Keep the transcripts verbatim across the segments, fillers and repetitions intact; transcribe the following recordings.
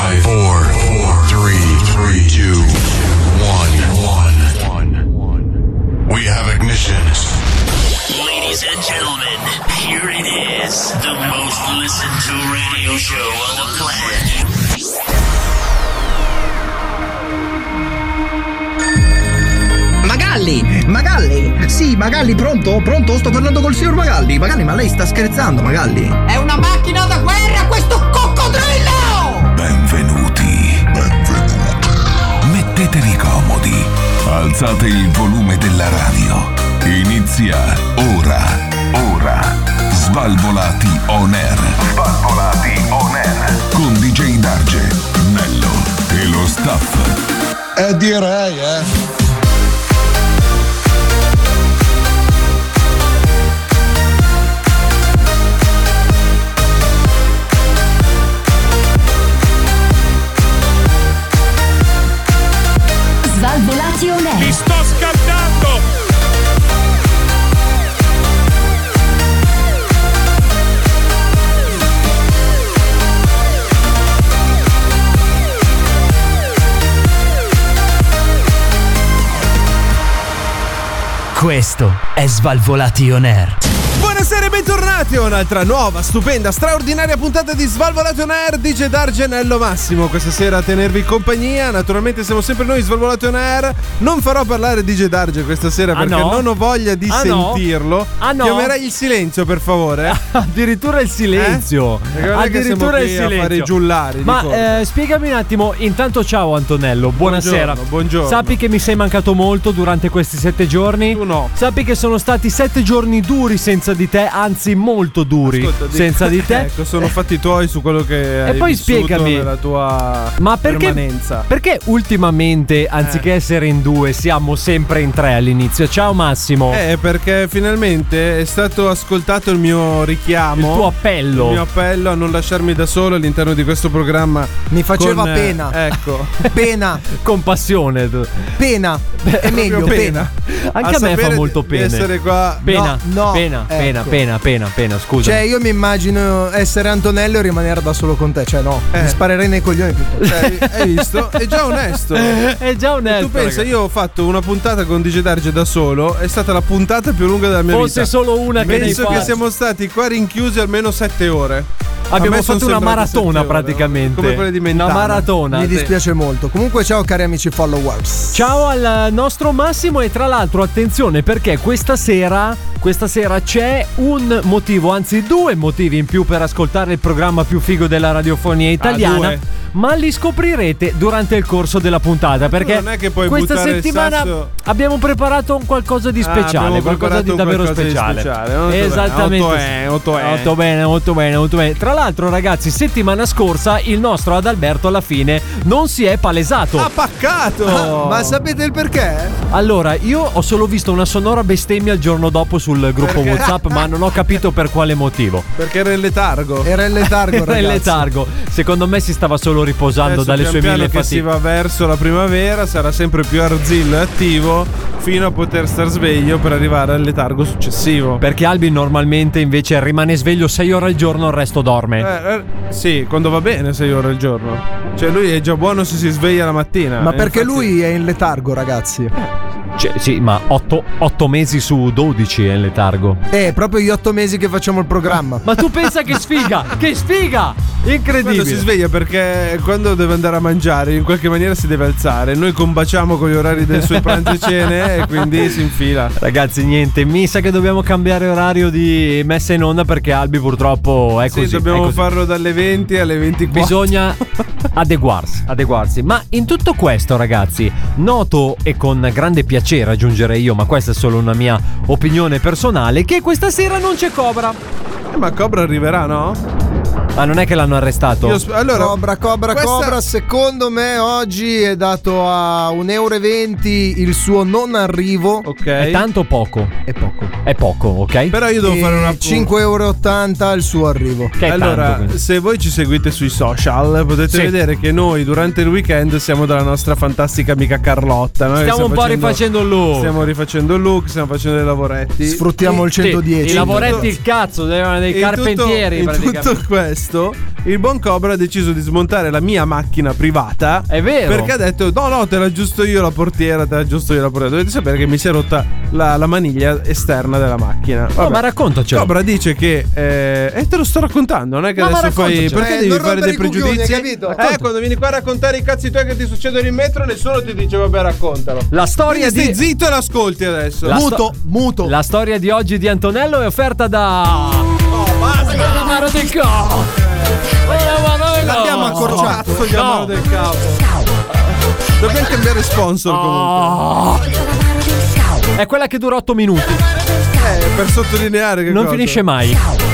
five, four, four, three, three, two, one, one. We have ignition. Ladies and gentlemen, here it is, the most listened to radio show on the planet. Magalli, Magalli, sì, Magalli, pronto? Pronto? Sto parlando col signor Magalli. Magalli, ma lei sta scherzando, Magalli? È una macchina da guerra questo coccodrillo! Benvenuti. Benvenuti. Mettetevi comodi. Alzate il volume della radio. Inizia ora. Ora. Svalvolati on air. Svalvolati on air. Con D J Darge, Nello e lo staff. Eh direi, eh. Svalvolati on air. Mi sto scaldando! Questo è Svalvolati on air. Buonasera e bentornati a un'altra nuova, stupenda, straordinaria puntata di Svalvolati on air. D J Darge, Nello, Massimo questa sera a tenervi compagnia. Naturalmente siamo sempre noi, Svalvolati on air. Non farò parlare D J Darge questa sera, ah, perché no? non ho voglia di ah, sentirlo. No? Ah, no? Chiamerai il silenzio, per favore. Addirittura il silenzio. Eh? Addirittura il silenzio. A fare i giullari. Ma eh, spiegami un attimo. Intanto ciao Antonello, buonasera. Buongiorno, buongiorno. Sappi che mi sei mancato molto durante questi sette giorni. Tu no. Sappi che sono stati sette giorni duri senza di te, anzi molto duri. Ascolta, senza di te. Ecco, sono fatti tuoi su quello che e hai poi vissuto spiegami nella tua ma perché, permanenza. Perché ultimamente, anziché eh. essere in due, siamo sempre in tre all'inizio? Ciao Massimo. Eh, perché finalmente è stato ascoltato il mio richiamo, il tuo appello. Il mio appello a non lasciarmi da solo all'interno di questo programma. Mi faceva con, pena. Eh, ecco. Pena. Compassione. Pena. È meglio, pena. pena. Anche a, a me fa molto pena. Essere qua. Pena, no, no, pena, ecco. pena, pena, pena, pena, scusa. Cioè, io mi immagino essere Antonello e rimanere da solo con te. Cioè, no, eh. mi sparerei nei coglioni piuttosto. Cioè, hai visto? È già onesto. È già onesto. E tu pensa, ragazzi. Io ho fatto una puntata con D J Darge da solo. È stata la puntata più lunga della mia Fosse vita. Fosse solo una che Penso che siamo stati qua rinchiusi almeno sette ore. Abbiamo fatto una maratona praticamente. Come quelle di Mentana. Una maratona. Mi dispiace sì. molto. Comunque ciao cari amici followers. Ciao al nostro Massimo. E tra l'altro attenzione, perché questa sera Questa sera c'è un motivo, anzi due motivi in più per ascoltare il programma più figo della radiofonia italiana. Ah, ma li scoprirete durante il corso della puntata, perché non è che puoi questa buttare settimana il sasso... abbiamo preparato un qualcosa di speciale, ah, qualcosa di davvero qualcosa speciale. Di speciale. Esattamente. Molto bene, molto bene, molto bene, molto bene. Tra l'altro, ragazzi, settimana scorsa il nostro Adalberto alla fine non si è palesato. Ha paccato! Ah, ma sapete il perché? Allora, io ho solo visto una sonora bestemmia il giorno dopo sul gruppo perché? WhatsApp, ma non ho capito per quale motivo. Perché era in letargo. Era in letargo, Era ragazzi. in letargo. Secondo me si stava solo riposando adesso dalle pian sue piano mille che fatiche. si va verso la primavera, sarà sempre più arzillo e attivo fino a poter star sveglio per arrivare al letargo successivo. Perché Albi normalmente invece rimane sveglio sei ore al giorno, il resto dorme. Eh, eh, sì, quando va bene sei ore al giorno. Cioè lui è già buono se si sveglia la mattina. Ma perché infatti... lui è in letargo, ragazzi. Cioè, sì, ma otto mesi su dodici è in letargo. Eh, proprio gli otto mesi che facciamo il programma. Ma tu pensa che sfiga? Che sfiga! Incredibile. Quando si sveglia, perché quando deve andare a mangiare in qualche maniera si deve alzare. Noi combaciamo con gli orari dei suoi pranzi e cene e quindi si infila. Ragazzi, niente, mi sa che dobbiamo cambiare orario di messa in onda perché Albi purtroppo è così. Sì, dobbiamo è così. farlo dalle venti alle ventiquattro. Bisogna adeguarsi, adeguarsi. Ma in tutto questo, ragazzi, noto e con grande piacere aggiungerei io, ma questa è solo una mia opinione personale, che questa sera non c'è Cobra. Ma Cobra arriverà, no? Ma non è che l'hanno arrestato? Io, allora, Cobra, Cobra, questa... Cobra, secondo me oggi è dato a un euro e venti il suo non arrivo. Ok. È tanto o poco? È poco. È poco, ok? Però io devo e fare una cinque euro e ottanta il suo arrivo. Che allora, tanto, se voi ci seguite sui social, potete sì. vedere che noi durante il weekend siamo dalla nostra fantastica amica Carlotta. Noi stiamo, stiamo un po' facendo, rifacendo il look. Stiamo rifacendo il look, stiamo facendo dei lavoretti. Sfruttiamo e, il centodieci. I lavoretti, il cazzo, dei in carpentieri. Tutto, in tutto questo questo il buon Cobra ha deciso di smontare la mia macchina privata. È vero. Perché ha detto no no te la aggiusto io la portiera, te la aggiusto io la portiera. Dovete sapere che mi si è rotta la, la maniglia esterna della macchina. Vabbè. No, ma raccontacelo. Cobra dice che eh, e te lo sto raccontando, non è che No, ma adesso fai raccontacelo. perché Eh, devi non fare dei rompere i coglioni, pregiudizi? hai capito? Eh, quando vieni qua a raccontare i cazzi tuoi che ti succedono in metro, nessuno ti dice vabbè raccontalo. La storia Quindi di stai zitto e l'ascolti adesso. La muto, sto- muto. La storia di oggi di Antonello è offerta da Oh, basta la mano del capo. L'abbiamo accorciato. Cazzo di amaro del capo. Dobbiamo cambiare sponsor comunque. Oh. È quella che dura otto minuti. Eh, per sottolineare che Non cosa. finisce mai.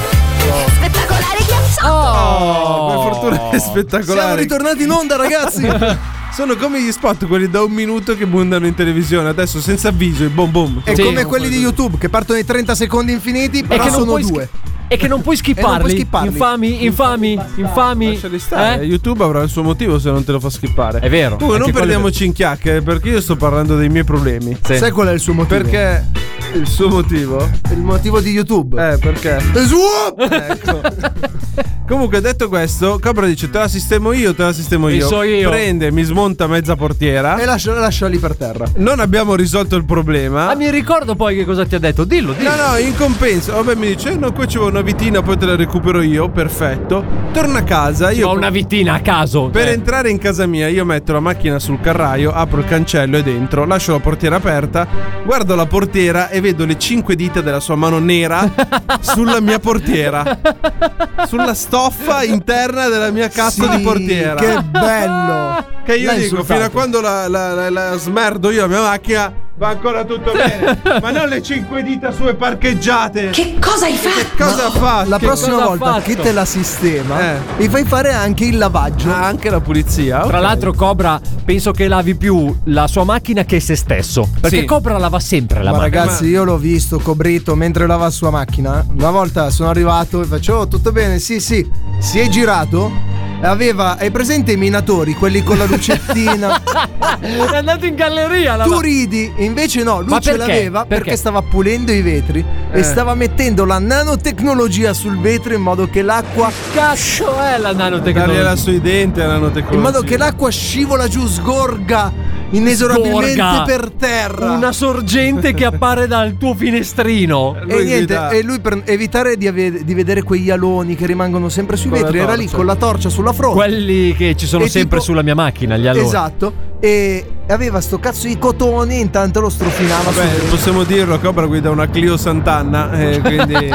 Spettacolare ghiacciato! Oh. Per fortuna è spettacolare. Siamo ritornati in onda, ragazzi. Sono come gli spot, quelli da un minuto che bundano in televisione. Adesso senza avviso, il boom boom. È Sì. come quelli di YouTube che partono in trenta secondi infiniti, E però che non sono puoi due. sch- E che non puoi skipparli. skipparli. Infami, infami, infami. Lasciali stare. Eh? YouTube avrà il suo motivo se non te lo fa skippare. È vero. Comunque non Anche quello è perdiamoci in chiacchiere, perché io sto parlando dei miei problemi. Sì. Sai qual è il suo motivo? Perché il suo motivo? Il motivo di YouTube. Eh, perché? Eh, su- Ecco. Comunque, detto questo, Cobra dice: te la sistemo io, te la sistemo E io. so io. Prende, mi smonta mezza portiera. E lascia, lascia lì per terra. Non abbiamo risolto il problema. Ah, mi ricordo poi che cosa ti ha detto. Dillo, dillo. No, no, in compenso. Vabbè, mi dice: no, qua c'è una vitina, poi te la recupero io. Perfetto. Torna a casa. Io Ho una vitina a caso. Per Eh. entrare in casa mia, io metto la macchina sul carraio, apro il cancello e dentro, lascio la portiera aperta, guardo la portiera e vedo le cinque dita della sua mano nera sulla mia portiera, sulla stoffa interna della mia cazzo Sì, di portiera. Che bello. Che io L'ha dico, insultato. fino a quando la, la, la, la smerdo io la mia macchina, va ancora tutto bene. Ma non le cinque dita sue parcheggiate. Che cosa hai fatto? Cosa ha fatto? La Che prossima cosa ha volta fatto? che te la sistema, Eh. mi fai fare anche il lavaggio. Ah, anche la pulizia. Tra ok. l'altro, Cobra penso che lavi più la sua macchina che se stesso. Perché Sì. Cobra lava sempre la Ma macchina. ragazzi, io l'ho visto Cobrito mentre lava la sua macchina. Una volta sono arrivato e faccio: oh, tutto bene? Sì, sì. Si è girato. e Aveva, hai presente i minatori, quelli con la lucettina? È andato in galleria. La Tu ridi, e invece no, lui Ma ce perché? l'aveva perché? Perché? stava pulendo i vetri Eh. e stava mettendo la nanotecnologia sul vetro in modo che l'acqua cazzo è la Dargli nanotecnologia? la sui denti e la nanotecnologia. in modo che l'acqua scivola giù, sgorga inesorabilmente Sgorga. per terra. Una sorgente che appare dal tuo finestrino. E Lui niente, guida- e lui per evitare di, ave- di vedere quegli aloni che rimangono sempre sui Con la vetri, era lì torcia. con la torcia sulla fronte. Quelli che ci sono E sempre tipo- sulla mia macchina, gli aloni. Esatto. E aveva sto cazzo di cotone e intanto lo strofinava Beh, su. possiamo dirlo, Cobra guida una Clio Sant'Anna, eh, quindi...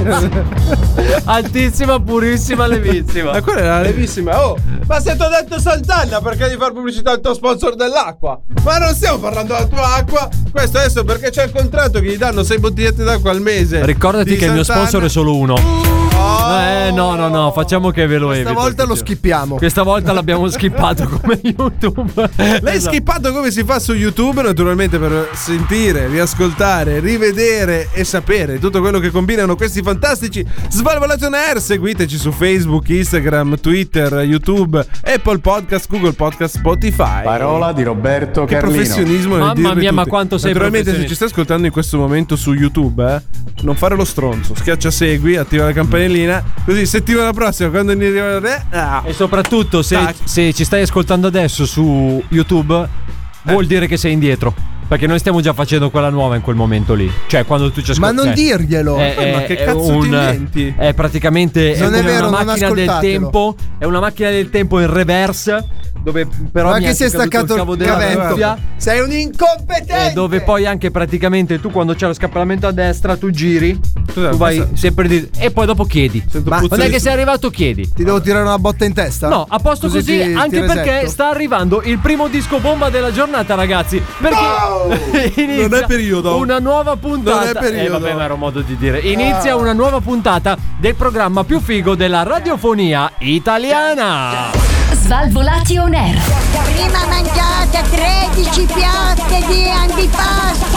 Altissima, purissima, levissima. Ma quella era levissima. Oh, ma se ti ho detto Sant'Anna, perché di fare pubblicità al tuo sponsor dell'acqua? Ma non stiamo parlando della tua acqua. Questo adesso perché c'è il contratto che gli danno sei bottigliette d'acqua al mese. Ricordati di che il mio Sant'Anna. sponsor è solo uno. Oh. Eh, no, no, no, facciamo che ve lo evito. Stavolta lo schippiamo. Questa volta l'abbiamo skippato come YouTube. L'hai Esatto. skippato come si fa su YouTube, naturalmente, per sentire, riascoltare, rivedere e sapere tutto quello che combinano questi fantastici Svalvolati on Air. Seguiteci su Facebook, Instagram, Twitter, YouTube, Apple Podcast, Google Podcast, Spotify. Parola di Roberto Che Carlino. professionismo nel Mamma dirle mia, ma tutti. quanto sei Naturalmente, se professionista. ci stai ascoltando in questo momento su YouTube, eh, non fare lo stronzo, schiaccia segui, attiva la campanellina, così settimana prossima quando ne arriva ah, E soprattutto, se, Tac. se ci stai ascoltando adesso su YouTube, vuol dire che sei indietro. Perché noi stiamo già facendo quella nuova in quel momento lì. Cioè, quando tu ci ascolti. Ma non dirglielo. Eh, ma che cazzo ti inventi? È praticamente Non è è come vero, una non macchina del ascoltatelo. tempo. È una macchina del tempo in reverse. Dove però Ma mi che è si è caduto staccato il cavo della cavento. cuffia. Sei un incompetente. E dove poi anche praticamente tu quando c'è lo scappalamento a destra tu giri, Scusa, tu vai questa- sempre di... e poi dopo chiedi. Sento Ma puzza Non è di- che sei arrivato, chiedi. Ti devo tirare una botta in testa? No, a posto così, ti- ti anche perché resetto. sta arrivando il primo disco bomba della giornata, ragazzi. Perché inizia Non è periodo. una nuova puntata. Non è periodo. Eh, vabbè, ma era un modo di dire. Inizia una nuova puntata del programma più figo della radiofonia italiana. Svalvolati on air. Prima mangiate tredici piatte di antipasto.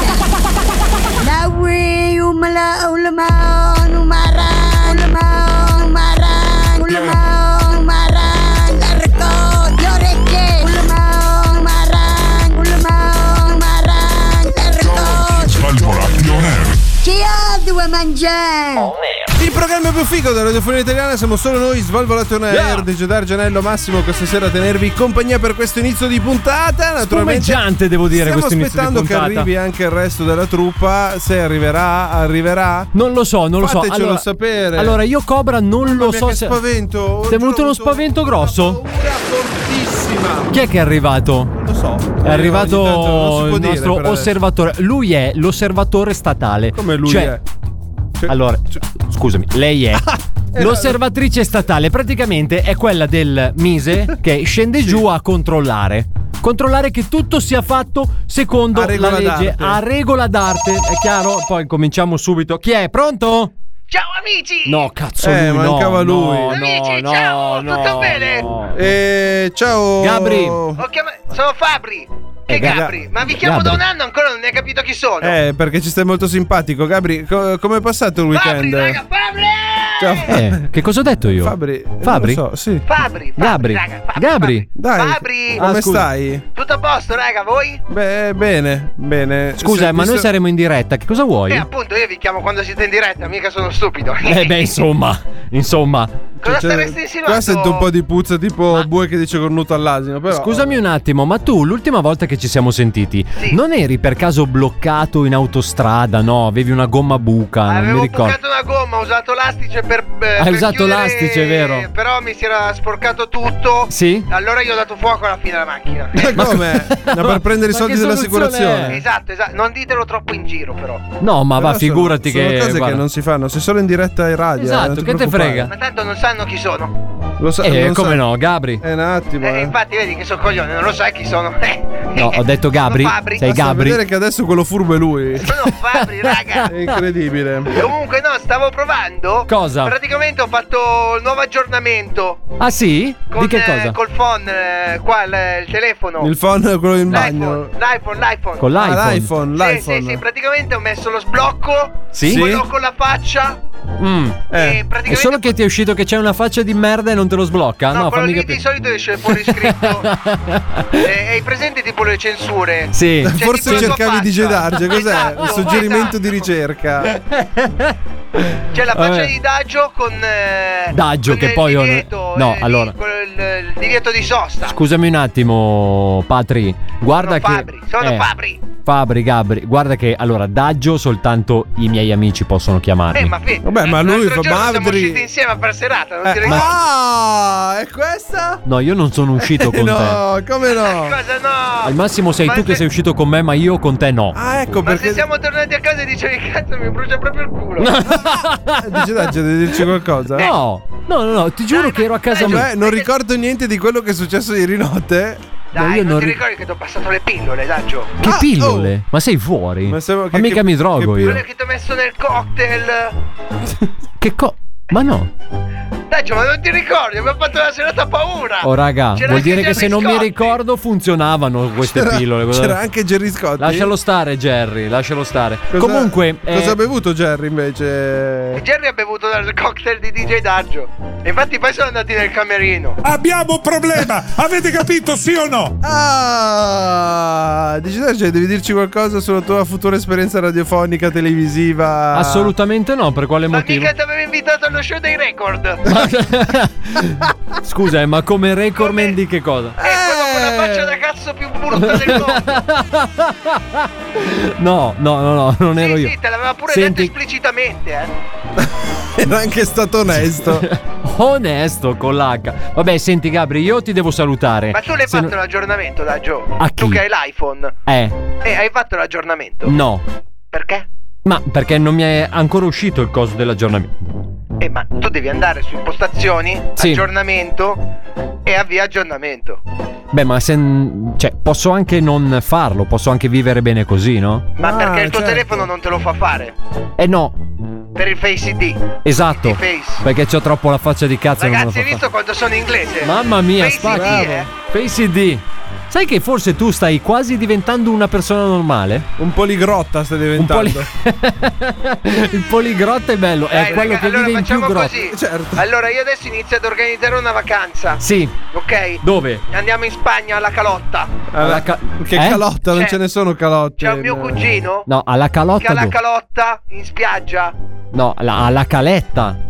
La ui umla ulma numara ulma numara ulma numara l'arco le orecchie ulma numara ulma numara l'arco. Svalvolati on Air. Chi ha due mangiare? Il programma più figo della radiofonia italiana siamo solo noi, Svalvolato on Air, Yeah. D J Darge, Nello Massimo, questa sera a tenervi compagnia per questo inizio di puntata. Naturalmente Spumeggiante, devo dire, stiamo questo inizio di aspettando che puntata. arrivi anche il resto della truppa. Se arriverà, arriverà. Non lo so, non lo so. Fatecelo Allora, sapere. allora, io Cobra non Mamma lo mia, so che se. spavento. Ti è venuto uno spavento grosso? Una paura fortissima. Chi è che è arrivato? Non lo so. È arrivato Ogni tanto non si può il dire nostro per adesso. osservatore. Lui è l'osservatore statale. Come lui Cioè, è? Cioè- Allora, cioè- scusami, lei è l'osservatrice statale. Praticamente è quella del Mise che scende giù a controllare. Controllare che tutto sia fatto secondo A regola la legge, d'arte. a regola d'arte. È chiaro? Poi cominciamo subito. Chi è? Pronto? Ciao amici! No, cazzo, Eh, lui, mancava no, lui. no, Amici, no, ciao, no, tutto bene? no. Eh, ciao Gabri. Ho chiamato... Sono Fabri! Che Eh, Ga- Gabri? Ma vi chiamo Gabri. da un anno ancora non ne hai capito chi sono! Eh, perché ci stai molto simpatico. Gabri, co- come è passato il Fabri, weekend? raga, Fabri! Ciao. Eh, che cosa ho detto io? Fabri. eh, Fabri? Non lo so, sì. Fabri, Fabri, Gabri. raga, Fabri, Gabri. Fabri. Dai. Fabri! Come Ah, scusa. stai? Tutto a posto, raga, voi? Beh, bene, bene. Scusa, Se- ma noi visto- saremo in diretta. Che cosa vuoi? Eh, appunto, io vi chiamo quando siete in diretta, mica sono stupido. Eh beh, insomma, insomma. Cosa cioè, staresti insinuando? Qua sento un po' di puzza, tipo bue che dice cornuto all'asino. Però. Scusami un attimo, ma tu l'ultima volta che ci siamo sentiti, Sì. non eri per caso bloccato in autostrada? No, avevi una gomma buca, non Avevo mi ricordo. bucato una gomma, ho usato l'astice per. eh, Hai per usato chiudere, l'astice, vero? Però mi si era sporcato tutto. Sì? Allora io ho dato fuoco alla fine alla macchina. Ma come? No, per prendere i Ma soldi che dell'assicurazione. soluzione è? Esatto, esatto. Non ditelo troppo in giro, però. No, ma Però va, figurati sono, che. sono cose guarda. che non si fanno, sei solo in diretta ai radio. Esatto, eh, non ti che te preoccupare. frega? Ma tanto non sanno chi sono. Lo sa, Eh, non come sa- no, Gabri? Eh, un attimo. Eh, eh. infatti, vedi che sono coglione, non lo sai chi sono. No, ho detto Gabri. Sono Fabri. Sei Basta Gabri. vedere che adesso quello furbo è lui. Sono Fabri, raga. È incredibile. Comunque, no, stavo provando. Cosa? Praticamente ho fatto il nuovo aggiornamento. Ah sì? Con, Di che eh, cosa? col phone, eh, qua il, il telefono. Il phone è quello in bagno. L'iPhone, l'iPhone, l'iPhone. Con l'iPhone. Ah, l'iPhone, Sì, l'iPhone. sì, sì, praticamente ho messo lo sblocco. Sì? Quello con la faccia. Mm. Eh. E È praticamente. solo che ti è uscito che c'è una faccia di merda e non te lo sblocca? No, No, quello fammi lì capire. di solito esce fuori scritto. E hai presente tipo le censure? Sì. Cioè, Forse tipo la tua cercavi di faccia. Gedarge, cos'è? Esatto, Un suggerimento esatto. di ricerca. C'è la faccia Vabbè. di Daggio con. eh, Daggio, con che il poi ho- divieto, no, eh, allora. con il, il divieto di sosta. Scusami un attimo, Patri. Guarda Sono che. Fabri, sono eh, Fabri. Fabri, Gabri. Guarda che allora, Daggio soltanto i miei amici possono chiamarmi. Eh, ma vedi. Vabbè, ma lui l'altro fa giorno siamo Madri. usciti insieme a far serata, non Eh, ti ricordi? ah, è questa? No, io non sono uscito con te. No, come no? Cosa no? Al massimo sei Ma tu che se- sei uscito con me, ma io con te no. Ah, ecco Ma perché. se siamo tornati a casa e dicevi cazzo mi brucia proprio il culo. Dice Daggio, devi dirci qualcosa? No, no, no, no, ti giuro Dai, che ero a casa dai, mia. Cioè, non ricordo niente di quello che è successo ieri notte. Dai, io non, non ti ri- ricordi che ti ho passato le pillole, Daggio? Che Ah, pillole? Ma sei fuori? Ma siamo- Ma che- mica che- mi drogo che io. Quelle che ti ho messo nel cocktail. Che co. Ma no. Daggio, ma non ti ricordi? Abbiamo fatto una serata a paura. Oh raga, C'era vuol anche dire che Jerry se non mi Scotti. ricordo funzionavano queste C'era, pillole. Cosa- c'era anche Gerry Scotti. Lascialo stare, Jerry, lascialo stare. Cosa- Comunque, eh, cosa ha bevuto Jerry invece? E Jerry ha bevuto dal cocktail di D J Daggio. E infatti poi sono andati nel camerino. Abbiamo un problema, avete capito sì o no? Ah, dici Daggio, devi dirci qualcosa sulla tua futura esperienza radiofonica, televisiva? assolutamente no, per quale Ma motivo? mica ti avevo invitato allo show dei record. Scusa, eh, ma come recordman Come- di che cosa? È quello con la faccia da cazzo più brutta del mondo. No, no, no, no, non ero Sì, io. sì, te l'aveva pure Senti- detto esplicitamente, eh. Era anche stato onesto. Onesto con l'H. Vabbè, senti Gabri, io ti devo salutare. Ma tu l'hai Se fatto no- l'aggiornamento, Daggio? A Tu chi? che hai l'iPhone. Eh, E hai fatto l'aggiornamento? no. Perché? Ma perché non mi è ancora uscito il coso dell'aggiornamento? Eh, ma tu devi andare su impostazioni, Sì. aggiornamento e avvia aggiornamento. Beh, ma se. Cioè, posso anche non farlo, posso anche vivere bene così, no? Ma Ah, perché il tuo certo. telefono non te lo fa fare? Eh no, Per il Face I D. esatto. I D Face. Perché c'ho troppo la faccia di cazzo. e non me lo Ragazzi, hai fa visto quanto sono inglese? fare. Mamma mia, Face spacca. I D, eh? Face I D. Sai che forse tu stai quasi diventando una persona normale? Un poligrotta stai Un po' diventando. li- il poligrotta è bello, è Dai, quello raga, che allora vive in più facciamo grotte. così. Certo. Allora io adesso inizio ad organizzare una vacanza. Sì, Ok? dove? Andiamo in Spagna alla calotta. Alla ca- che eh? calotta, non C'è- ce ne sono calotte. C'è un mio cugino No, alla che calotta. ha la dove? calotta in spiaggia. No, alla, alla caletta.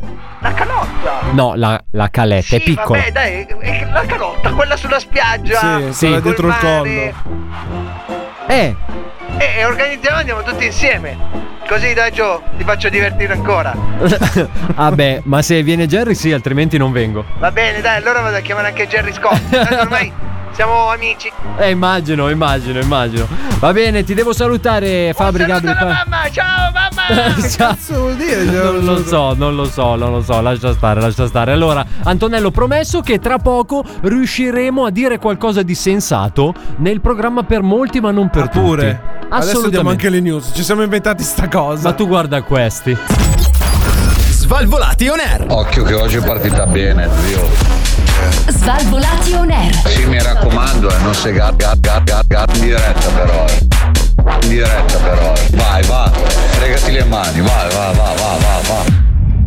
La canotta. No, la, la caletta Sì, è piccola. vabbè, dai, è la canotta, quella sulla spiaggia. Sì, Sì. quella col dietro il mare. collo. Eh, E, e organizziamo, andiamo tutti insieme. Così dai Gio, ti faccio divertire ancora. vabbè, ma se viene Jerry sì, altrimenti non vengo. Va bene, dai, allora vado a chiamare anche Jerry Scott. Tanto ormai siamo amici. Eh, immagino, immagino, immagino. Va bene, ti devo salutare, Fabri Un saluto Gabri. alla mamma, ciao mamma. Che cazzo vuol dire? Non lo so, non lo so, non lo so, lascia stare, lascia stare. Allora, Antonello, promesso che tra poco riusciremo a dire qualcosa di sensato nel programma per molti, ma non per Ah, tutti. pure. Adesso diamo Assolutamente. anche le news. Ci siamo inventati sta cosa. Ma tu guarda questi. Svalvolati on air. Occhio che oggi è partita bene, zio. Svalvolati on air. Sì, mi raccomando, eh, non sei gat, gat, gat, gat, gat in diretta però. eh. In diretta però. eh. Vai, va, fregati le mani, vai, va, va, va, va, va.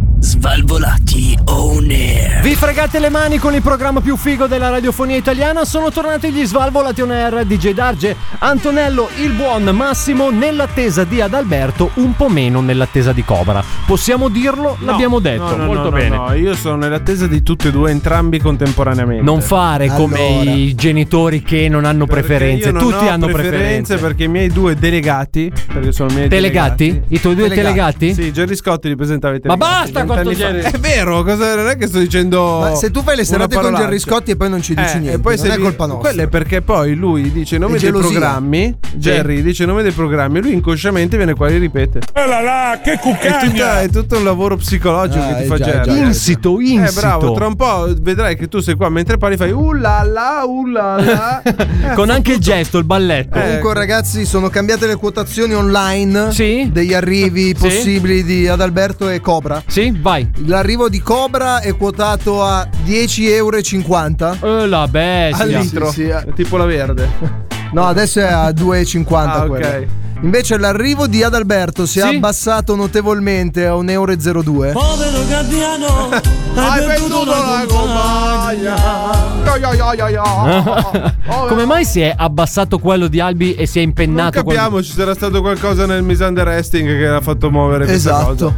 Svalvolati on air. Vi fregate le mani con il programma più figo della radiofonia italiana. Sono tornati gli Svalvolati on air. D J Darge, Antonello, il buon Massimo, nell'attesa di Adalberto, un po' meno nell'attesa di Cobra. Possiamo dirlo? No, L'abbiamo detto. no, no, Molto no, bene. No, no, io sono nell'attesa di tutti e due, entrambi contemporaneamente. Non fare come Allora. i genitori che non hanno Perché preferenze. io non Tutti ho hanno preferenze, preferenze. perché i miei due delegati, perché sono i miei Delegati? delegati. I tuoi due Delegati. delegati? Sì, Gerry Scotti li presentava i Ma delegati. basta con vent'anni sto fa. Gerry. È vero, cosa, non è che sto dicendo. Ma se tu fai le una serate con parolaccia. Gerry Scotti e poi non ci dici Eh, niente, e poi non se è vi- colpa nostra. Quello è perché poi lui dice i nomi È dei gelosia. programmi. Jerry dice i nomi dei programmi, lui inconsciamente viene qua e li ripete. Eh là là, che È, tutta- cuccagna. è tutto un lavoro psicologico Ah, che ti eh, fa già, Jerry. già. Insito, Eh insito. bravo, tra un po' vedrai che tu sei qua mentre parli fai uh la la, uh la la. Eh, Con fa anche il tutto. gesto, il balletto. Eh, Comunque, ragazzi, sono cambiate le quotazioni online Sì? degli arrivi Sì? possibili di Adalberto e Cobra. Sì, vai. L'arrivo di Cobra è quotato a dieci euro e cinquanta. Eh, la bestia. Al litro, Sì, sì, eh. è tipo la verde. No, adesso è a due e cinquanta Ah, quella. ok. Invece l'arrivo di Adalberto si è Sì? abbassato notevolmente a un euro e zero due. Povero gabbiano, Hai perduto la compagna. Ya, ya, ya, ya. Oh, Come mai si è abbassato quello di Albi e si è Non impennato quello capiamo, ci sarà stato qualcosa nel misunderstanding che l'ha fatto muovere questa cosa. Esatto.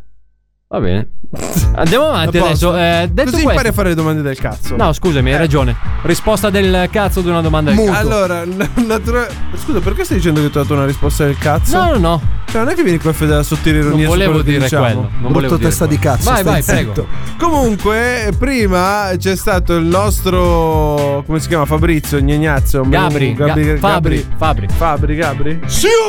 Va bene. Andiamo avanti A posto. adesso. Eh, detto Così questo. impari a fare le domande del cazzo. No, scusami, hai ragione. Risposta del cazzo di una domanda del Muto. cazzo. Allora, n- natura- scusa, perché stai dicendo che tu hai dato una risposta del cazzo? No, no, no. Cioè, non è che vieni qua a fare della sottile ironia Non su volevo quello che dire diciamo. quello. Non Brutto volevo dire testa quello. di cazzo. Vai, stai vai, zitto. prego. Comunque, prima c'è stato il nostro. Come si chiama? Fabrizio, Gnegnazzo. Gabri, Gabri, Ga- Gabri, Fabri, Fabri. Fabri, Gabri.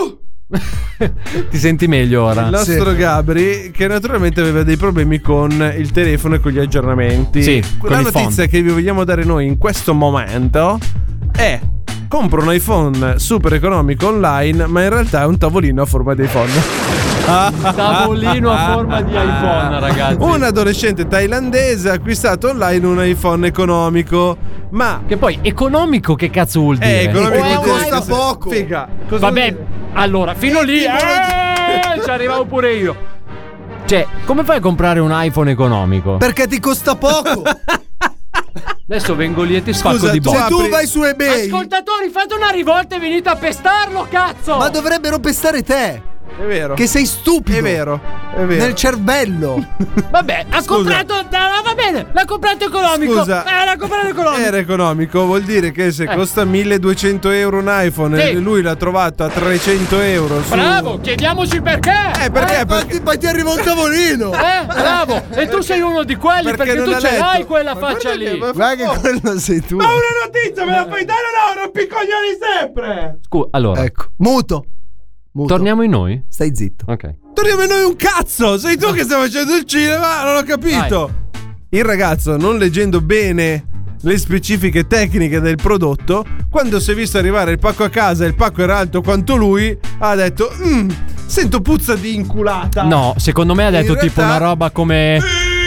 Ti senti meglio ora? Il nostro Sì. Gabri, che naturalmente aveva dei problemi con il telefono e con gli aggiornamenti. Sì, con La il notizia phone. che vi vogliamo dare noi in questo momento è: compro un iPhone super economico online, ma in realtà è un tavolino a forma di iPhone. Tavolino a forma di iPhone, ragazzi. Un adolescente thailandese ha acquistato online un iPhone economico, ma Che poi economico che cazzo vuol dire? è economico, Perché vuol dire- costa poco. Figa. Cosa vuol Vabbè, dire? allora, fino lì eh, ci arrivavo pure io. Cioè, come fai a comprare un iPhone economico? Perché ti costa poco. Adesso vengo lì e ti spacco Scusa, di tu Se botto. tu apri- vai su eBay, Ascoltatori, fate una rivolta e venite a pestarlo, cazzo! ma dovrebbero pestare te, È vero. che sei stupido. È vero. È vero. Nel cervello. Vabbè, ha comprato. ah, va bene, l'ha comprato economico. Scusa, eh, l'ha comprato economico. era economico, vuol dire che se Eh. costa milleduecento euro un iPhone Sì. e lui l'ha trovato a trecento euro su... Bravo, chiediamoci perché. Eh, perché? Eh, perché... Poi ti arriva un tavolino. eh, bravo. E tu sei uno di quelli Perché perché, non tu ha ce letto. l'hai quella Ma faccia guarda che- lì. ma- Guarda che quello sei tu. Ma una notizia me la fai dare o no? Rompi i coglioni sempre! Scusa, allora, Ecco, muto. Muto. torniamo in noi? Stai zitto. Ok. Torniamo noi un cazzo! Sei tu che stai facendo il cinema? Non ho capito! Il ragazzo, non leggendo bene le specifiche tecniche del prodotto, quando si è visto arrivare il pacco a casa e il pacco era alto quanto lui, ha detto "Mmm, sento puzza di inculata". No, secondo me ha detto In tipo realtà- una roba come.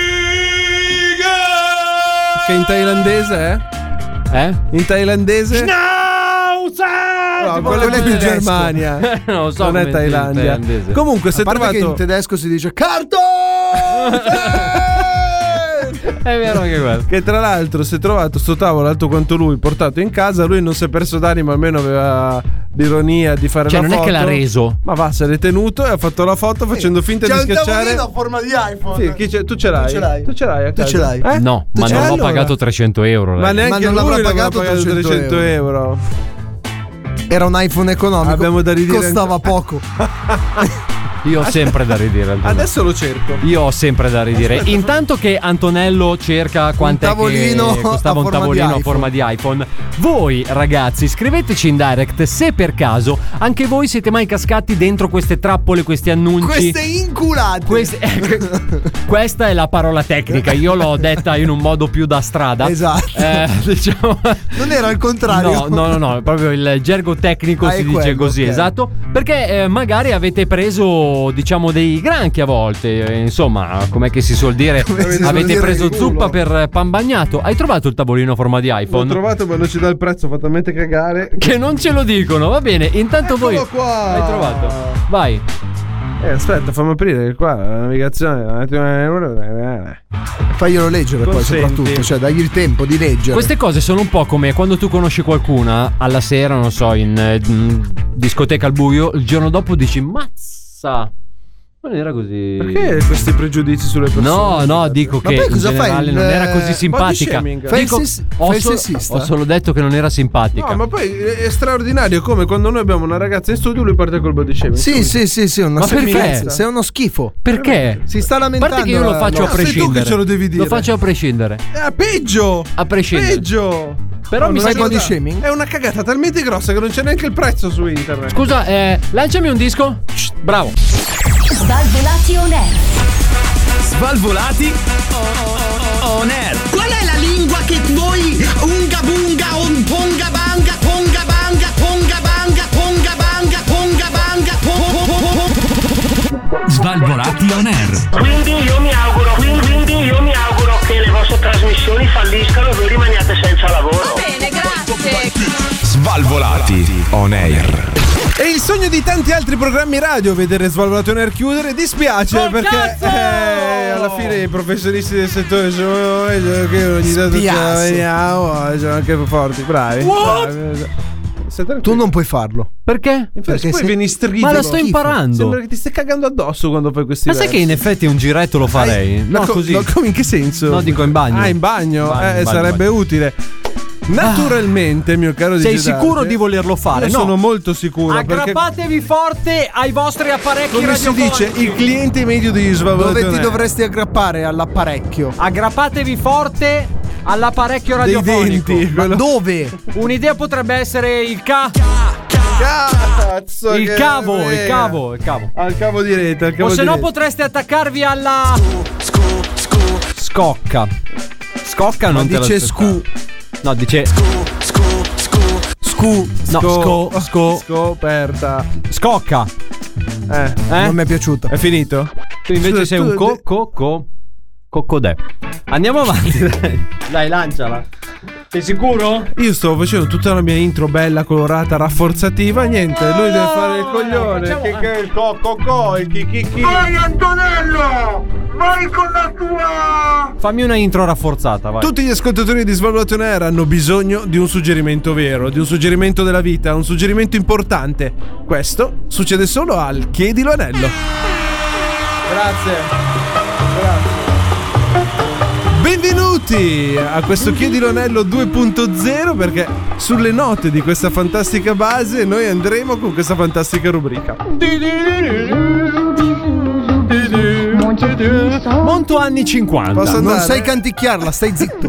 Che in thailandese è? Eh? In thailandese? No, Tipo quello è quello più in tedesco. Germania. non lo so. Non è come in Thailandia. thailandese. Comunque, si A è parte che in trovato. tedesco si dice carto. È vero anche quello. Che tra l'altro si è trovato sto tavolo alto quanto lui portato in casa. Lui non si è perso d'animo, almeno aveva l'ironia di fare Cioè, la non foto. è che l'ha reso. Ma va, se l'è tenuto e ha fatto la foto facendo finta C'è di un schiacciare. tavolino a forma di iPhone. Sì, chi c'è? Tu ce l'hai? ce l'hai. Tu ce l'hai a Tu casa? ce l'hai. Eh? No, Tu ma ce non l'hai ho allora? pagato trecento euro. Ma ragazzi. neanche Ma non lui l'avrà l'aveva pagato pagato trecento euro. Era un iPhone economico. Abbiamo da ridire. Costava poco. Io ho sempre da ridire. Antonello. Adesso lo cerco. Io ho sempre da ridire. Intanto che Antonello cerca quant'è tavolino che costava a un forma tavolino di a forma di iPhone. Voi ragazzi scriveteci in direct se per caso anche voi siete mai cascati dentro queste trappole, questi annunci. Queste inculate. Queste- questa è la parola tecnica. Io l'ho detta in un modo più da strada. Esatto. Eh, diciamo. Non era al contrario. No, no, no, no, proprio il gergo tecnico Ah, si è dice quello, così, ok. esatto. Perché eh, magari avete preso, diciamo, dei granchi a volte. eh, insomma, com'è che si suol dire? Come si suol Avete dire preso il culo. zuppa per pan bagnato. Hai trovato il tavolino a forma di L'ho iPhone? trovato, ma non ci dà il prezzo, fatamente cagare. Che non ce lo dicono, va bene. Intanto voi. Eccolo qua. Hai trovato? Vai. Eh, aspetta, fammi aprire qua la navigazione. Faglielo leggere poi, Consenti. soprattutto. Cioè, dagli il tempo di leggere. Queste cose sono un po' come quando tu conosci qualcuna alla sera, non so, in eh, in discoteca al buio, il giorno dopo dici mazza. Non era così. Perché questi pregiudizi sulle persone? No, no, dico Ma che poi in cosa fai, generale il, non era così eh, simpatica. body shaming? Fai il Dico, sess- ho, fai il so- sessista? ho solo detto che non era simpatica. No, ma poi è straordinario come quando noi abbiamo una ragazza in studio lui parte col body shaming. Sì, sì, sì, sì, una Ma perché? schifezza. Sei uno schifo. Perché? Si sta A lamentando. parte che io lo la- faccio no. a sei tu che prescindere. ce lo devi dire. Lo faccio a prescindere. Eh, peggio! A prescindere. Peggio! Però No, mi non hai sembra. body shaming? È una cagata talmente grossa che non c'è neanche il prezzo su internet. Scusa, eh, lanciami un disco. Shh, bravo. Svalvolati on air. Svalvolati on air. Qual è la lingua che voi unga bunga un ponga banga ponga banga ponga banga ponga banga ponga banga po- po- po- po- Svalvolati on air. Quindi io mi auguro, quindi io mi auguro che le vostre trasmissioni falliscano e voi rimaniate senza lavoro. Va bene, grazie. Svalvolati on air. È il sogno di tanti altri programmi radio vedere Svalvolato on Air chiudere. Dispiace Col perché cazzo! eh, alla fine i professionisti del settore sono eh, che ogni tanto ce la Spiace. veniamo, eh, sono anche forti, bravi. What? bravi. Stai tranquillo. Tu non puoi farlo. Perché? Infatti, perché poi se- vieni stridolo. Ma la sto schifo. imparando. Sembra che ti stai cagando addosso quando fai questi Ma sai versi. che in effetti un giretto lo farei? Ma No, co- così. no, come in che senso? No, dico in bagno. Ah, in bagno? In bagno, eh, in bagno, sarebbe in bagno. utile. Naturalmente, mio caro Sei D J sicuro Darge, di volerlo fare? Io No. sono molto sicuro. Perché, Aggrappatevi forte ai vostri apparecchi come si radiofonici. dice, il cliente medio di Svalvolato Dove on ti Air. dovresti aggrappare all'apparecchio? Aggrappatevi forte all'apparecchio Dei radiofonico. denti, quello- Dove? Un'idea potrebbe essere il ca. Cazzo, Il che cavo, il frega. cavo, il cavo. Al cavo di rete, al cavo O se di no rete. potreste attaccarvi alla scocca. Scocca non te dice l'aspettavo. scu. No, dice Scu. no, sco, sco, Scoperta. scocca. Eh, Eh? Non mi è piaciuta. è finito? Tu invece Scusa, sei tu- un co co co coccodè. Andiamo avanti. Dai, dai, lanciala. Sei sicuro? Io stavo facendo tutta la mia intro bella, colorata, rafforzativa. Niente, lui deve fare il coglione. facciamo- Che, che il co co co, il chi chi chi. Vai Antonello! Vai con la tua! Fammi una intro rafforzata, vai. Tutti gli ascoltatori di Svalvolato on Air hanno bisogno di un suggerimento vero, di un suggerimento della vita, un suggerimento importante. Questo succede solo al Chiedilo Anello. Grazie. Grazie. Benvenuti a questo Chiedilo Anello due punto zero, perché sulle note di questa fantastica base noi andremo con questa fantastica rubrica. Monto anni cinquanta. Posso Non andare? sai canticchiarla, stai zitto.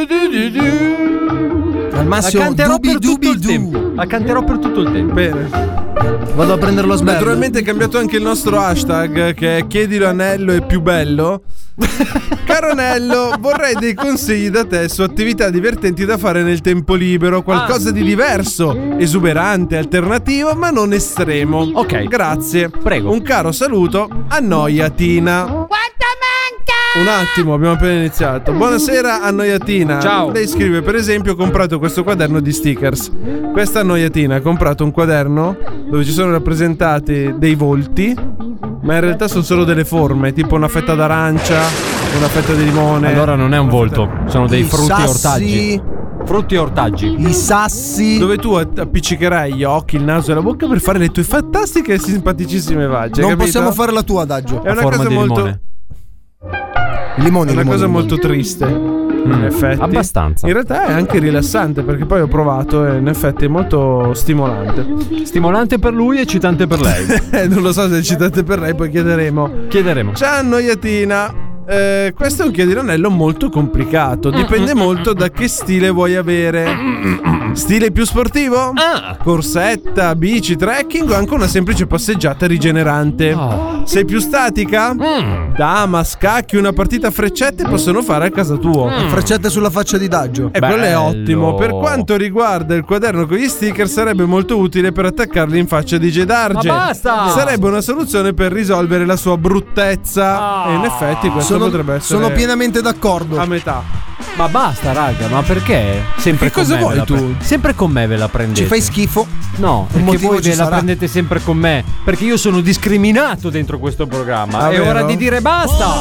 Al La massimo canterò per dubi tutto dubi il du. tempo. La canterò per tutto il tempo. Bene. Vado a prendere lo sberlo. Naturalmente è cambiato anche il nostro hashtag, che è Chiedilo Anello è più bello. Caro Anello, vorrei dei consigli da te su attività divertenti da fare nel tempo libero. Qualcosa Ah. di diverso, esuberante, alternativo, ma non estremo. Ok. Grazie. Prego. Un caro saluto a Noiatina. Quanta manca? Un attimo, abbiamo appena iniziato. Buonasera a Noiatina. Ciao. Lei scrive, per esempio, ho comprato questo quaderno di stickers. Questa Noiatina ha comprato un quaderno dove ci sono rappresentati dei volti, ma in realtà sono solo delle forme, tipo una fetta d'arancia, una fetta di limone. Allora non è un volto, sono dei I frutti e sassi. ortaggi. frutti e ortaggi. I sassi. Dove tu appiccicherai gli occhi, il naso e la bocca per fare le tue fantastiche e simpaticissime vagge. Non capito? possiamo fare la tua, Adagio. È una cosa molto. Limone. Limoni, È una limoni, cosa limoni. molto triste. Mm, In effetti. abbastanza. In realtà è anche rilassante perché poi ho provato e in effetti è molto stimolante. Stimolante per lui e eccitante per lei. Non lo so se è eccitante per lei, poi chiederemo. Chiederemo. Ciao Noiatina. Eh, questo è un chiedinanello molto complicato. Dipende molto da che stile vuoi avere. Stile più sportivo? Ah. Corsetta, bici, trekking o anche una semplice passeggiata rigenerante? Oh. Sei più statica? Mm. Dama, scacchi, una partita a freccette possono fare a casa tua. Mm. Freccette sulla faccia di Daggio. E quello è Bello. ottimo. Per quanto riguarda il quaderno con gli sticker, sarebbe molto utile per attaccarli in faccia di J Darge. Ma basta! Sarebbe una soluzione per risolvere la sua bruttezza. Ah. E in effetti questo Sono, potrebbe essere sono pienamente d'accordo. a metà. Ma basta, raga, ma perché? Sempre Che con cosa me vuoi ve la tu? pre- Sempre con me ve la prendete. Ci fai schifo? No, perché motivo voi ci ve la sarà. prendete sempre con me. Perché io sono discriminato dentro questo programma. Ah, È vero? ora di dire basta.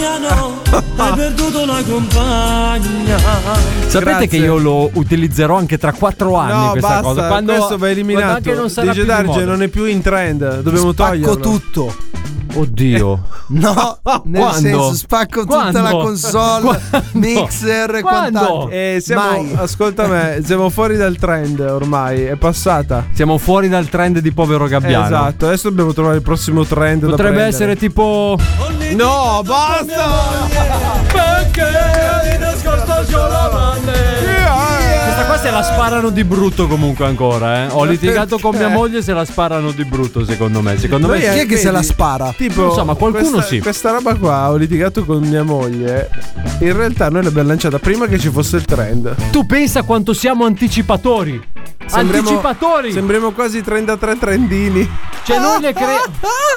Hai perduto una compagna. Sapete Grazie. che io lo utilizzerò anche tra quattro anni No, questa basta, cosa. Quando, questo va quando eliminato. anche non sarà D J più di Darge moda. non è più in trend. Dobbiamo toglierlo. Spacco tutto. Oddio. No, nel Quando? senso spacco tutta Quando? la console, Quando? mixer e Quando? quant'altro. Eh, siamo, Mai. ascolta me, siamo fuori dal trend ormai, è passata. Siamo fuori dal trend di povero Gabbiano. Esatto, adesso dobbiamo trovare il prossimo trend. da Potrebbe prendere. essere tipo. No, basta! Perché ti nascosto Questa qua se la sparano di brutto comunque ancora, eh. Ho litigato con mia moglie, se la sparano di brutto secondo me. Secondo Noi me è- Chi è che se vedi? la spara? Tipo, Non so, ma qualcuno questa, sì. Questa roba qua ho litigato con mia moglie. In realtà noi l'abbiamo lanciata prima che ci fosse il trend. tu pensa quanto siamo anticipatori. Sembriamo- Anticipatori. Sembriamo quasi trentatré trendini. Cioè noi le creiamo.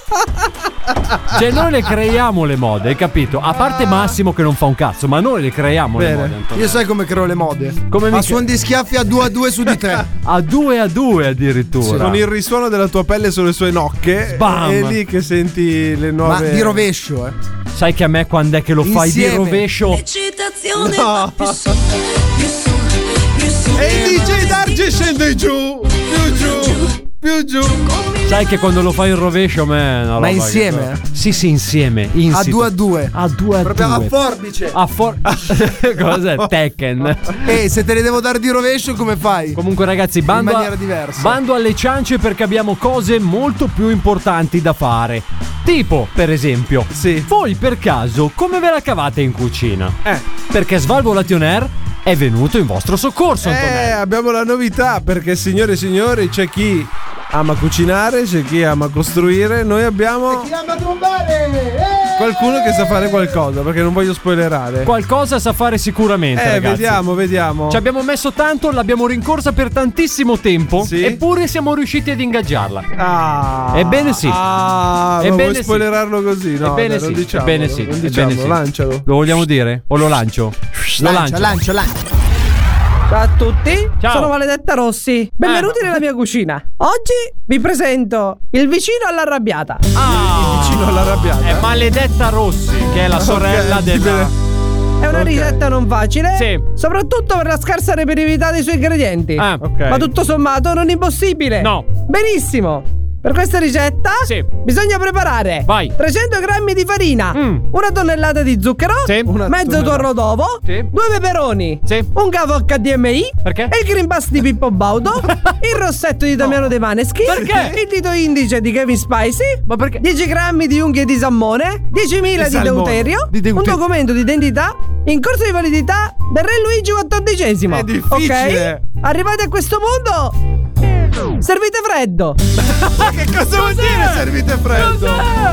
Cioè noi le creiamo le mode, hai capito? A parte Massimo che non fa un cazzo, ma noi le creiamo Bene. le mode, Antonio. Io sai come creo le mode? Come A mica- suon di schiaffi a due a due su di tre. A due a due addirittura. Con il risuono della tua pelle sulle sue nocche. Bam. È lì che senti le Ma nuove. di rovescio, eh. Sai che a me quando è che lo fai di Insieme. rovescio? Eccitazione No. va più su, più su, più su. E il D J Darge scende giù, più giù, più giù. Sai che quando lo fai in rovescio a me è una roba Ma che- insieme? Sì, sì, insieme. A insito. due a due. A due a Proprio a due. forbice. A for- Cos'è? Tekken. E se te le devo dare di rovescio, come fai? Comunque ragazzi, bando, In a- maniera diversa. bando alle ciance perché abbiamo cose molto più importanti da fare. Tipo, per esempio, Sì. voi per caso come ve la cavate in cucina? Eh. Perché Svalvolation Air è venuto in vostro soccorso, Eh, Antonello. abbiamo la novità perché signore e signori c'è chi ama cucinare, c'è chi ama costruire, noi abbiamo ama trombare! qualcuno che sa fare qualcosa perché non voglio spoilerare. Qualcosa sa fare sicuramente, Eh, ragazzi. vediamo, vediamo. Ci abbiamo messo tanto, l'abbiamo rincorsa per tantissimo tempo, Sì. eppure siamo riusciti ad ingaggiarla. Ah, Ebbene sì. Ah, ma Ebbene vuoi sì. spoilerarlo così? No, Ebbene dai, sì, non diciamolo, ebbene sì, non ebbene diciamolo, sì. lancialo. Lo vogliamo dire? O lo lancio? Lo Lancia, lancio. lancia, lancia. Ciao a tutti, Ciao. sono Maledetta Rossi. Benvenuti Eh. nella mia cucina. Oggi vi presento il vicino all'arrabbiata. Ah, Vicino all'arrabbiata. è Maledetta Rossi, che è la sorella Ok, della. È una Ok. ricetta non facile, Sì. soprattutto per la scarsa reperibilità dei suoi ingredienti. Ah, ok. Ma tutto sommato non impossibile. No. Benissimo. Per questa ricetta Sì. bisogna preparare Vai. trecento grammi di farina, Mm. una tonnellata di zucchero, Sì. Una mezzo tonnellata. tuorlo d'uovo, Sì. due peperoni, Sì. un cavo acca di emme i Perché? e il Green Pass di Pippo Baudo, il rossetto di Damiano De Maneschi, Perché? il dito indice di Kevin Spacey, Ma perché? dieci grammi di unghie di salmone, diecimila Di di, salmone. deuterio, Di deuterio. un documento di identità in corso di validità del re Luigi quattordicesimo. È difficile. Ok? Arrivati a questo punto, servite freddo. Ma che cosa vuol dire servite freddo?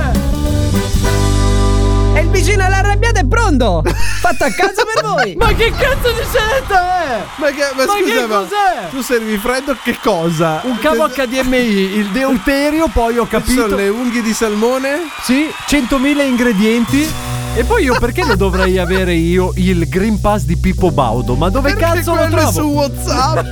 E il vicino all'arrabbiata è pronto. Fatto a casa per voi. Ma che cazzo di scelta è? Ma, che, ma, Ma scusa, che ma cos'è? tu servi freddo che cosa? Un cavo acca di emme i, il deuterio, poi ho Ci capito. sono le unghie di salmone? Sì, centomila ingredienti. E poi io perché lo dovrei avere io il Green Pass di Pippo Baudo? Ma dove Perché cazzo lo quello è trovo? su WhatsApp.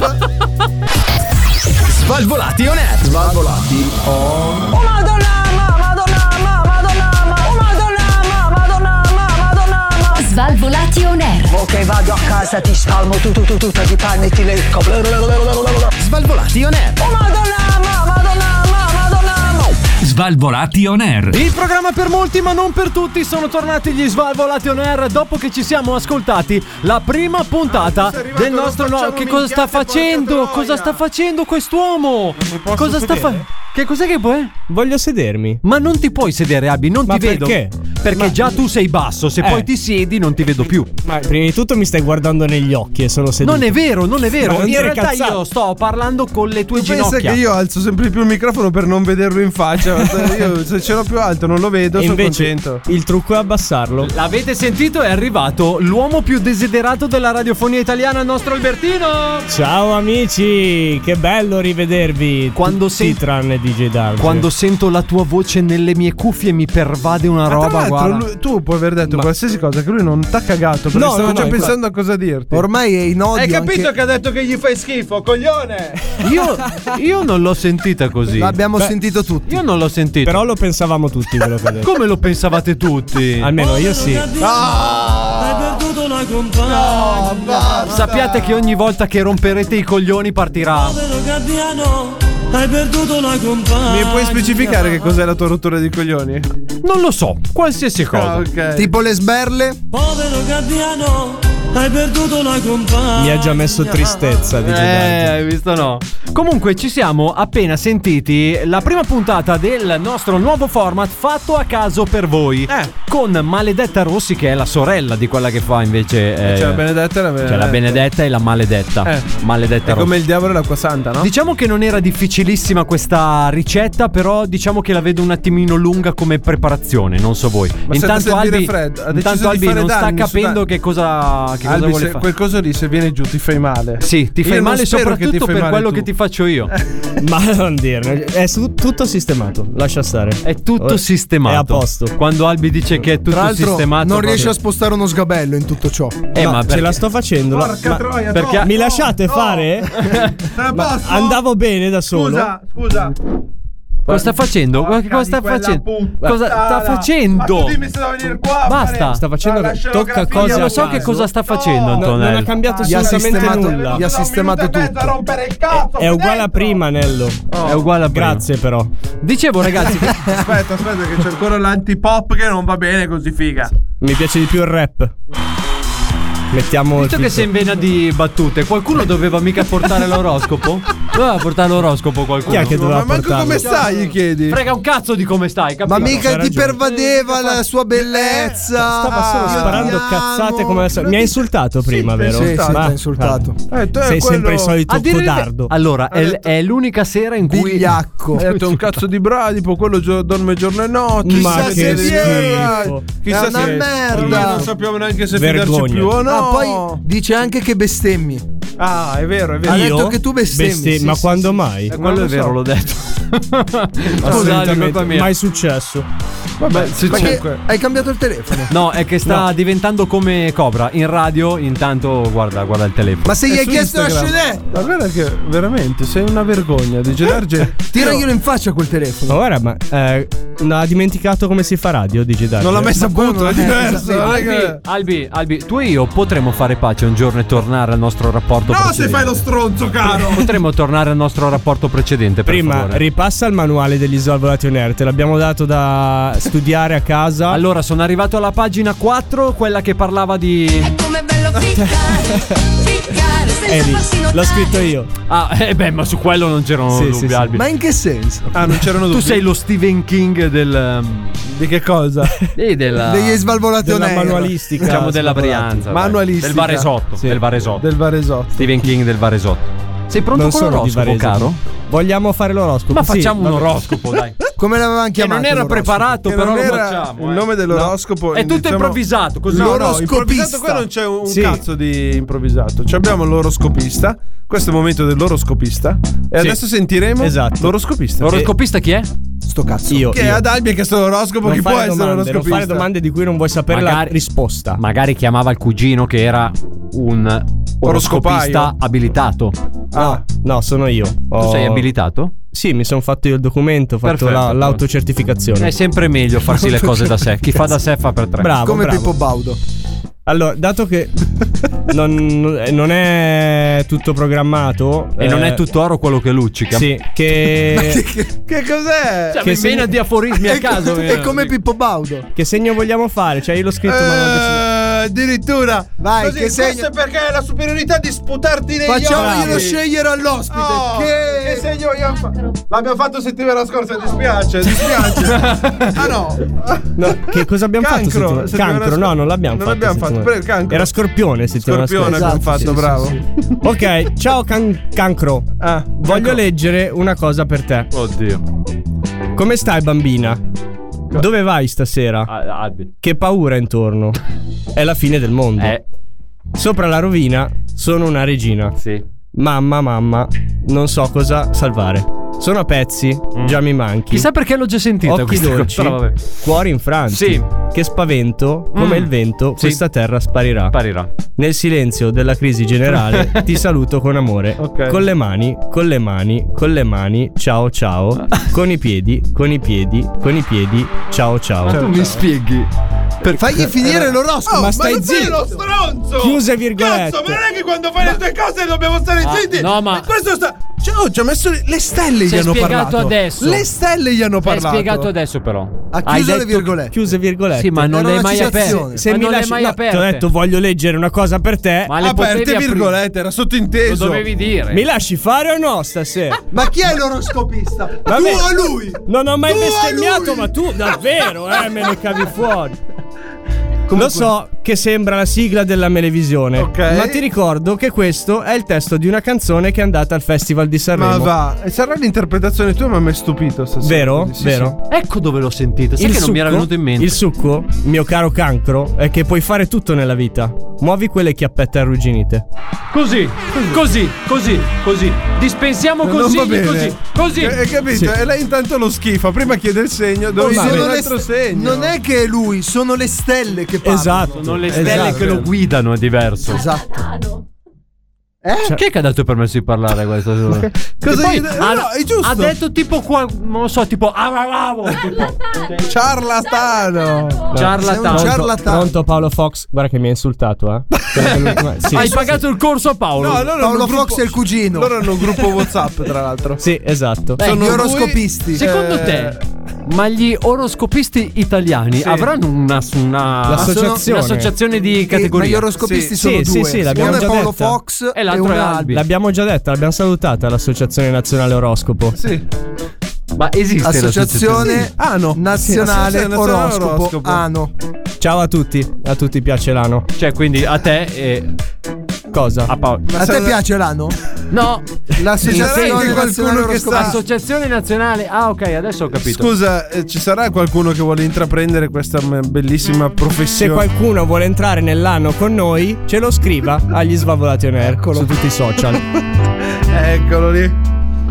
Svalvolati on air. Svalvolati on. Oh madonna, ma, madonna, ma, madonna, ma, oh madonna, ma, madonna, ma, madonna, ma. Svalvolati on air. Ok, vado a casa, ti spalmo tu tu tu tutta di panni e ti lecco. Svalvolati on air. Oh madonna, ma, madonna, ma, madonna, ma. Svalvolati on air. Il programma per molti ma non per tutti. Sono tornati gli Svalvolati on air dopo che ci siamo ascoltati la prima puntata ah, del nostro no. Che cosa sta facendo? Cosa sta facendo quest'uomo? Cosa sta facendo? Che cos'è che puoi? Voglio sedermi. Ma non ti puoi sedere, Abby, non ma ti vedo. Perché? Perché ma... già tu sei basso, se eh. poi ti siedi non ti vedo più. Ma prima di tutto mi stai guardando negli occhi e sono seduto. Non è vero, non è vero. Non in realtà cazzate. Io sto parlando con le tue tu ginocchia. Pensa che io alzo sempre più il microfono per non vederlo in faccia. Io se ce l'ho più alto non lo vedo, e sono invece contento. Il trucco è abbassarlo. L'avete sentito? È arrivato l'uomo più desiderato della radiofonia italiana, il nostro Albertino. Ciao amici, che bello rivedervi. Quando sei tranne D J Darge. Quando sento la tua voce nelle mie cuffie mi pervade una ma roba, guarda. Lui, tu puoi aver detto ma... qualsiasi cosa che lui non t'ha cagato, perché no, stavo no, già no, pensando a cosa dirti. Ormai è in odio. Hai capito anche... che ha detto che gli fai schifo, coglione? Io, io non l'ho sentita così. L'abbiamo Beh, sentito tutti. Io non l'ho sentito. Però lo pensavamo tutti quello che ha detto. Come lo pensavate tutti? Almeno io sì. Hai perduto la compagna. No, basta. Sappiate che ogni volta che romperete i coglioni partirà. Povero gabbiano, hai perduto la compagna. Mi puoi specificare che cos'è la tua rottura di coglioni? Non lo so, qualsiasi cosa. Ah, okay. Tipo le sberle? Povero gabbiano, hai perduto la compagna. Mi ha già messo tristezza di Eh, hai visto no? Comunque ci siamo appena sentiti la prima puntata del nostro nuovo format fatto a caso per voi eh. con Maledetta Rossi, che è la sorella di quella che fa invece eh, C'è la Benedetta e la Benedetta. C'è la Benedetta e la Maledetta eh. Maledetta È Rossi. come il diavolo e l'acqua santa, no? Diciamo che non era difficilissima questa ricetta, però diciamo che la vedo un attimino lunga come preparazione, non so voi. Ma Intanto Albi, Fred, intanto Albi non sta capendo che cosa, che cosa Albi, vuole se, fare. Quel coso lì se viene giù ti fai male. Sì, ti fai io male soprattutto ti fai per male quello tu. che ti faccio io. Ma non dirne, è su- tutto sistemato, lascia stare. È tutto Ora, sistemato. È a posto. Quando Albi dice che è tutto Tra l'altro, sistemato, non riesce proprio... a spostare uno sgabello in tutto ciò. Eh, no, ma ce perché... la sto facendo. Porca ma... troia, perché... no, Mi lasciate no, fare? No. Ma andavo bene da solo. Scusa, scusa. Cosa sta facendo? Porca Cosa sta facendo? puttana. Cosa sta facendo? Ma tu dimmi se devo venire qua a Basta. fare Sta facendo la che tocca cose. Io a lo so caso. che cosa sta facendo, No, Antonello. non ha cambiato Gli ha assolutamente sistemato- nulla. gli ha sistemato tutto. A rompere il cazzo, È uguale a prima, Nello. È uguale a prima. Grazie, però. Dicevo, ragazzi, che... Aspetta, aspetta, che c'è ancora l'antipop che non va bene così, figa. Mi piace di più il rap. Mettiamo. visto il che titolo. sei in vena di battute, qualcuno doveva mica portare l'oroscopo? Doveva portare l'oroscopo qualcuno? Chi è che doveva Ma manco portarlo? come stai, gli chiedi? Frega un cazzo di come stai, capito? Ma mica c'hai ti ragione. pervadeva la sua bellezza. Stava solo Io sparando ti cazzate amo. come adesso. Mi ha insultato prima, ti ha vero? Sì, sì, ti Ma- ha insultato. Eh, tu è Sei quello- sempre il solito A dire il ve- codardo. Allora, è, detto- è l'unica sera in cui Vigliacco. Hai detto un cazzo di bradipo, quello gio- dorme giorno e notte. Ma chissà che se schifo. viene. Chissà È una se merda. Ormai non sappiamo neanche se Vergogna. fidarci più o no. Ah, poi dice anche che bestemmi. Ah, è vero, è vero. Ha Io? detto che tu bestemmi. Bestem- sì, ma sì, quando sì. mai? Eh, quello lo è vero, so. l'ho detto. Scusa, Assolutamente, colpa mia. mai successo. Vabbè, Sì, Ma che comunque. hai cambiato il telefono? No, è che sta No. diventando come Cobra. In radio, intanto guarda, guarda il telefono. Ma se gli È hai su chiesto la Instagram. scenetta, Ma guarda che veramente sei una vergogna di Darge. tiraglielo in faccia quel telefono. Ma guarda, ma eh, non ha dimenticato come si fa radio, dice Darge. Non l'ha messa a punto, non è è- diverso. non è Albi, che- Albi, Albi, tu e io potremmo fare pace un giorno e tornare al nostro rapporto No, se precedente. fai lo stronzo, caro. Potremmo tornare al nostro rapporto precedente, per Prima favore. ripassa il manuale degli Svalvolati on Air. Te l'abbiamo dato da studiare a casa. Allora, sono arrivato alla pagina quattro, quella che parlava di... Come bello ficcare, ficcare senza Eri, farsi notare. l'ho scritto io. Ah, eh beh, ma su quello non c'erano Sì, dubbi, sì, sì. Albi. Ma in che senso? Ah, non c'erano Tu dubbi. sei lo Stephen King del... Di che cosa? eh, della... Degli svalvolati Della on air. manualistica. Diciamo della Svalvolati. Brianza. Manualistica. Del Varesotto. Sì. Del Varesotto. Del Varesotto. Stephen King del Varesotto. Sei pronto Non con sono di l'oroscopo, Varese. caro? Vogliamo fare l'oroscopo? Ma Sì, facciamo un vabbè. oroscopo, dai. Come l'avevamo Che chiamato? non era l'oroscopo? preparato, Che però non lo era facciamo. il eh. nome dell'oroscopo. È tutto iniziamo- improvvisato, così. No, no, L'oroscopista. improvvisato qua non c'è un Sì. cazzo di improvvisato. Ci abbiamo l'oroscopista. Questo è il momento dell'oroscopista. E Sì. adesso sentiremo Esatto. l'oroscopista. L'oroscopista chi è? Sto cazzo. Io. Che io. ad Albi ha chiesto l'oroscopo. Non Chi può fare essere domande, non l'oroscopista? fare domande di cui non vuoi sapere Magari- la risposta. Magari chiamava il cugino che era un oroscopista Oroscopaio. abilitato. Ah, No, sono io. Tu Ho- sei abilitato? Sì, mi sono fatto io il documento, ho fatto Perfetto, la- l'autocertificazione. È sempre meglio farsi le cose da sé. Chi fa da sé fa per tre. Bravo, Come bravo. Pippo Baudo. Allora, dato che non, non è tutto programmato e eh, non è tutto oro quello che luccica. Sì, che che, che cos'è? Cioè, che mi segno... viene di aforismi a caso. È come Pippo Baudo. Che segno vogliamo fare? Cioè io l'ho scritto eh, ma non deciso. Addirittura. Vai, così, che segno? questo è perché hai la superiorità di sputarti nei Facciamoglielo scegliere all'ospite. Oh, che... che segno vogliamo fare? L'abbiamo fatto settimana scorsa, dispiace, dispiace. Ah no. No, che cosa abbiamo cancro, fatto? Settimana... Cancro, settimana no, non l'abbiamo non fatto. l'abbiamo fatto, però il cancro. Era Scorpione settimana Scorpione scorsa. abbiamo Esatto, fatto, sì, bravo. sì, sì. Ok, ciao can- Cancro. Ah, voglio cancro. leggere una cosa per te. Oddio. Come stai, bambina? Dove vai stasera? Ah, ah, che paura intorno. È la fine del mondo. Eh. Sopra la rovina sono una regina. Sì. Mamma, mamma, non so cosa salvare. Sono a pezzi, mm. già mi manchi. Chissà perché l'ho già sentita. Occhi dolci, cosa, cuori infranti. Sì. Che spavento, come mm. il vento, sì. questa terra sparirà. Sparirà. Nel silenzio della crisi generale ti saluto con amore. Okay. Con le mani, con le mani, con le mani, ciao ciao. Con i piedi, con i piedi, con i piedi, ciao ciao. Cioè, mi spieghi? Per... Fagli finire l'oroscopo. Oh, ma stai ma zitto. lo stronzo. Chiuse virgolette. Cazzo, ma non è che quando fai ma... le tue cose dobbiamo stare ah, zitti. No, ma questo sta. Cioè, oh, ci ha messo le, le stelle. Sei gli hanno spiegato parlato adesso. Le stelle gli hanno parlato. Hai spiegato adesso, però. Ha chiuso le virgolette. Chiuse virgolette. Sì, ma non Era le hai mai citazione. aperte. Se ma mi non lasci, le hai mai no, aperte. ti ho detto voglio leggere una cosa per te. Ma le aperte virgolette, apri... era sottinteso. Lo dovevi dire. Mi lasci fare o no stasera? Ma chi è l'oroscopista? Vabbè, tu o lui? Non ho mai tu bestemmiato, ma tu davvero, eh, me ne cavi fuori. Comunque. Lo so che sembra la sigla della Melevisione, okay. ma ti ricordo che questo è il testo di una canzone che è andata al Festival di Sanremo. Ma va, e sarà l'interpretazione tua, ma mi è stupito stasera. Vero? Sì, Vero? Sì. Ecco dove l'ho sentita. Sai il che succo, non mi era venuto in mente. Il succo, mio caro Cancro, è che puoi fare tutto nella vita. Muovi quelle chiappette arrugginite. Così, così, così, così. Dispensiamo così, così, così. Hai capito? Sì. E lei intanto lo schifa. Prima chiede il segno, dove sono un le altro st- segno. Non è che è lui, sono le stelle che parlano. Esatto. Sono le stelle esatto. che lo guidano, è diverso. Esatto. Eh? Chi è che ha dato il permesso di parlare questo? Cosa poi gli de- ha, no, è giusto. Ha detto tipo qua, non lo so, tipo ah, tipo ciarlatano. No, ciarlatano. ciarlatano. Pronto Paolo Fox? Guarda che mi ha insultato, eh. Sì. Hai pagato il corso a Paolo? No, loro Paolo gruppo, Fox è il cugino. Loro hanno un gruppo WhatsApp, tra l'altro. Sì, esatto. Beh, sono gli oroscopisti. lui, Secondo eh, te, ma gli oroscopisti italiani sì. avranno una, una L'associazione. un'associazione di Eh, categoria? ma gli oroscopisti Sì, sono sì, due. sì, sì, Uno l'abbiamo è già Paolo detta. Fox E l'altro uno è è Albi. Albi. L'abbiamo già detta, l'abbiamo salutata l'Associazione Nazionale Oroscopo. Sì. Ma esiste Associazione Ano. Nazionale Sì, Nazionale Oroscopo. Oroscopo. Ano. Ciao a tutti, a tutti piace l'ano. Cioè, quindi a te e Cosa? a Paolo. A te piace l'ano? No, L'associazione qualcuno Nazionale che Oroscopo. sta- Associazione Nazionale. Ah, ok, adesso ho capito. Scusa, eh, ci sarà qualcuno che vuole intraprendere questa m- bellissima Se professione? qualcuno vuole entrare nell'anno con noi, ce lo scriva agli Svalvolati On Air Eccolo. su tutti i social. Eccolo lì.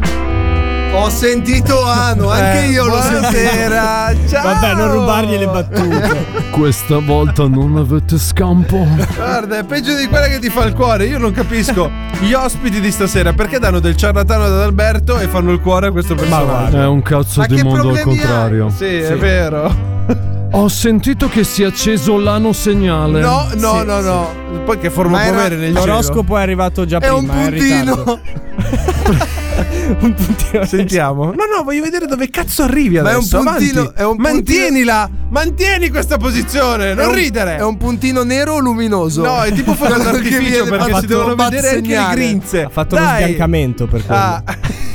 Ho sentito ano, anche Eh, io l'ho sentito. buonasera, ciao. Vabbè, non rubargli le battute. Questa volta non avete scampo. Guarda, è peggio di quella che ti fa il cuore. Io non capisco gli ospiti di stasera perché danno del ciarlatano ad Alberto e fanno il cuore a questo personaggio. È un cazzo Ma di che mondo al problemi contrario. Sì, è vero. Ho sentito che si è acceso l'ano segnale. No, no, Sì, no, sì. no. Poi che forma Ma può era- avere nel cielo? L'oroscopo è arrivato già È prima. un è in ritardo. puntino. Un puntino. Sentiamo. No, no, voglio vedere dove cazzo arrivi Ma è un adesso. puntino- Avanti. è un puntino- Mantienila. Mantieni questa posizione. Non È un- ridere. È un puntino nero o luminoso? No, è tipo fuoco Quello che d'artificio viene- perché ha si fatto devono un bat vedere anche le segnale. grinze. Ha fatto Dai. lo sbiancamento per quello. Ah.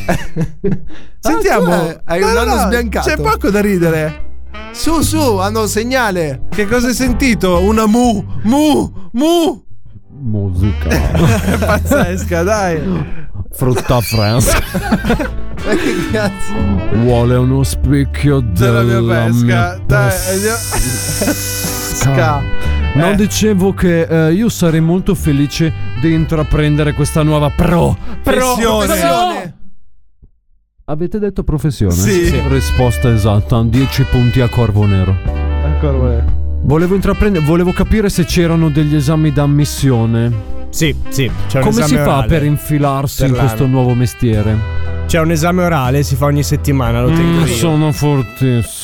Ah, Sentiamo. tu hai- hai un anno sbiancato. C'è poco da ridere. Su, su, hanno segnale. Che cosa hai sentito? Una mu, mu, mu. Musica. È pazzesca, dai. Frutta fresca. Ma che cazzo? Vuole uno specchio Della della mia pesca. mia Dai, pesca. Ska. No, Eh. dicevo che eh, io sarei molto felice di intraprendere questa nuova pro Professione. Professione. Avete detto professione? Sì. Sì. Risposta esatta, dieci punti a Corvo Nero. Ancora vuole. Volevo intraprendere, volevo capire se c'erano degli esami d'ammissione. Sì, sì. C'è un Come esame si fa orale per infilarsi per in questo l'anno. nuovo mestiere? C'è un esame orale, si fa ogni settimana, lo tengo Mm, io. sono fortissimo.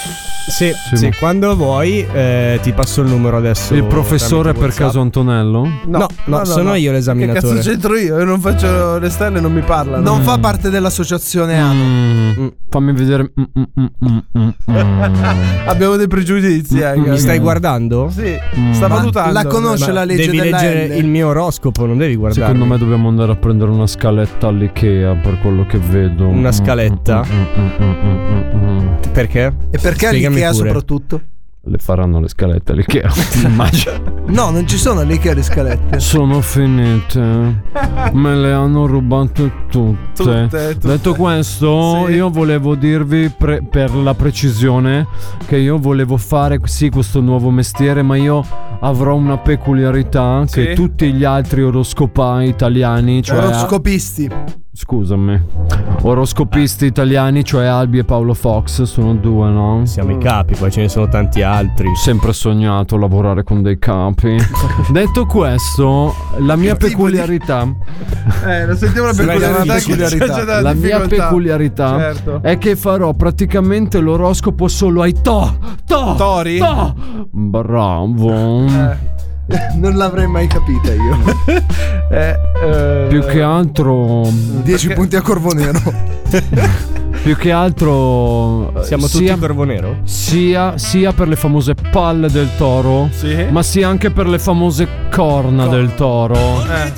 Sì, sì, sì, quando vuoi eh, ti passo il numero adesso. Il professore per caso Antonello? No, no, no, no sono no. io l'esaminatore. Che cazzo c'entro io? Io non faccio le stelle, non mi parlano. Non mm. fa parte dell'associazione A N O. Mm. Mm. Fammi vedere. Mm, mm, mm, mm, mm. Abbiamo dei pregiudizi. Eh, mi stai guardando? Sì, mm. sta valutando. La conosce Ma la legge devi della leggere L. il mio oroscopo, non devi guardare. Secondo me dobbiamo andare a prendere una scaletta all'IKEA per quello che vedo. Una scaletta? Mm, mm, mm, mm, mm, mm. Perché? E perché all'IKEA soprattutto? Le faranno le scalette all'IKEA. Immagino. No, non ci sono all'IKEA le scalette. Sono finite. Me le hanno rubate tutte. tutte, tutte. Detto questo, sì. io volevo dirvi pre- per la precisione che io volevo fare sì questo nuovo mestiere, ma io avrò una peculiarità sì. che tutti gli altri oroscopai italiani, cioè oroscopisti. Scusami. Oroscopisti italiani, cioè Albi e Paolo Fox, sono due, no? Siamo mm. i capi, poi ce ne sono tanti altri. Sempre sognato lavorare con dei capi. Detto questo, la mia peculiarità Eh, lo sentiamo la peculiarità, peculiarità. La mia peculiarità certo. è che farò praticamente l'oroscopo solo ai to To Tori? To Bravo eh. Non l'avrei mai capita io. eh, eh, Più che altro dieci punti a Corvo Nero. Più che altro siamo sia, tutti Corvo Nero? Sia, sia per le famose palle del toro sì. ma sia anche per le famose corna Cor- del toro eh.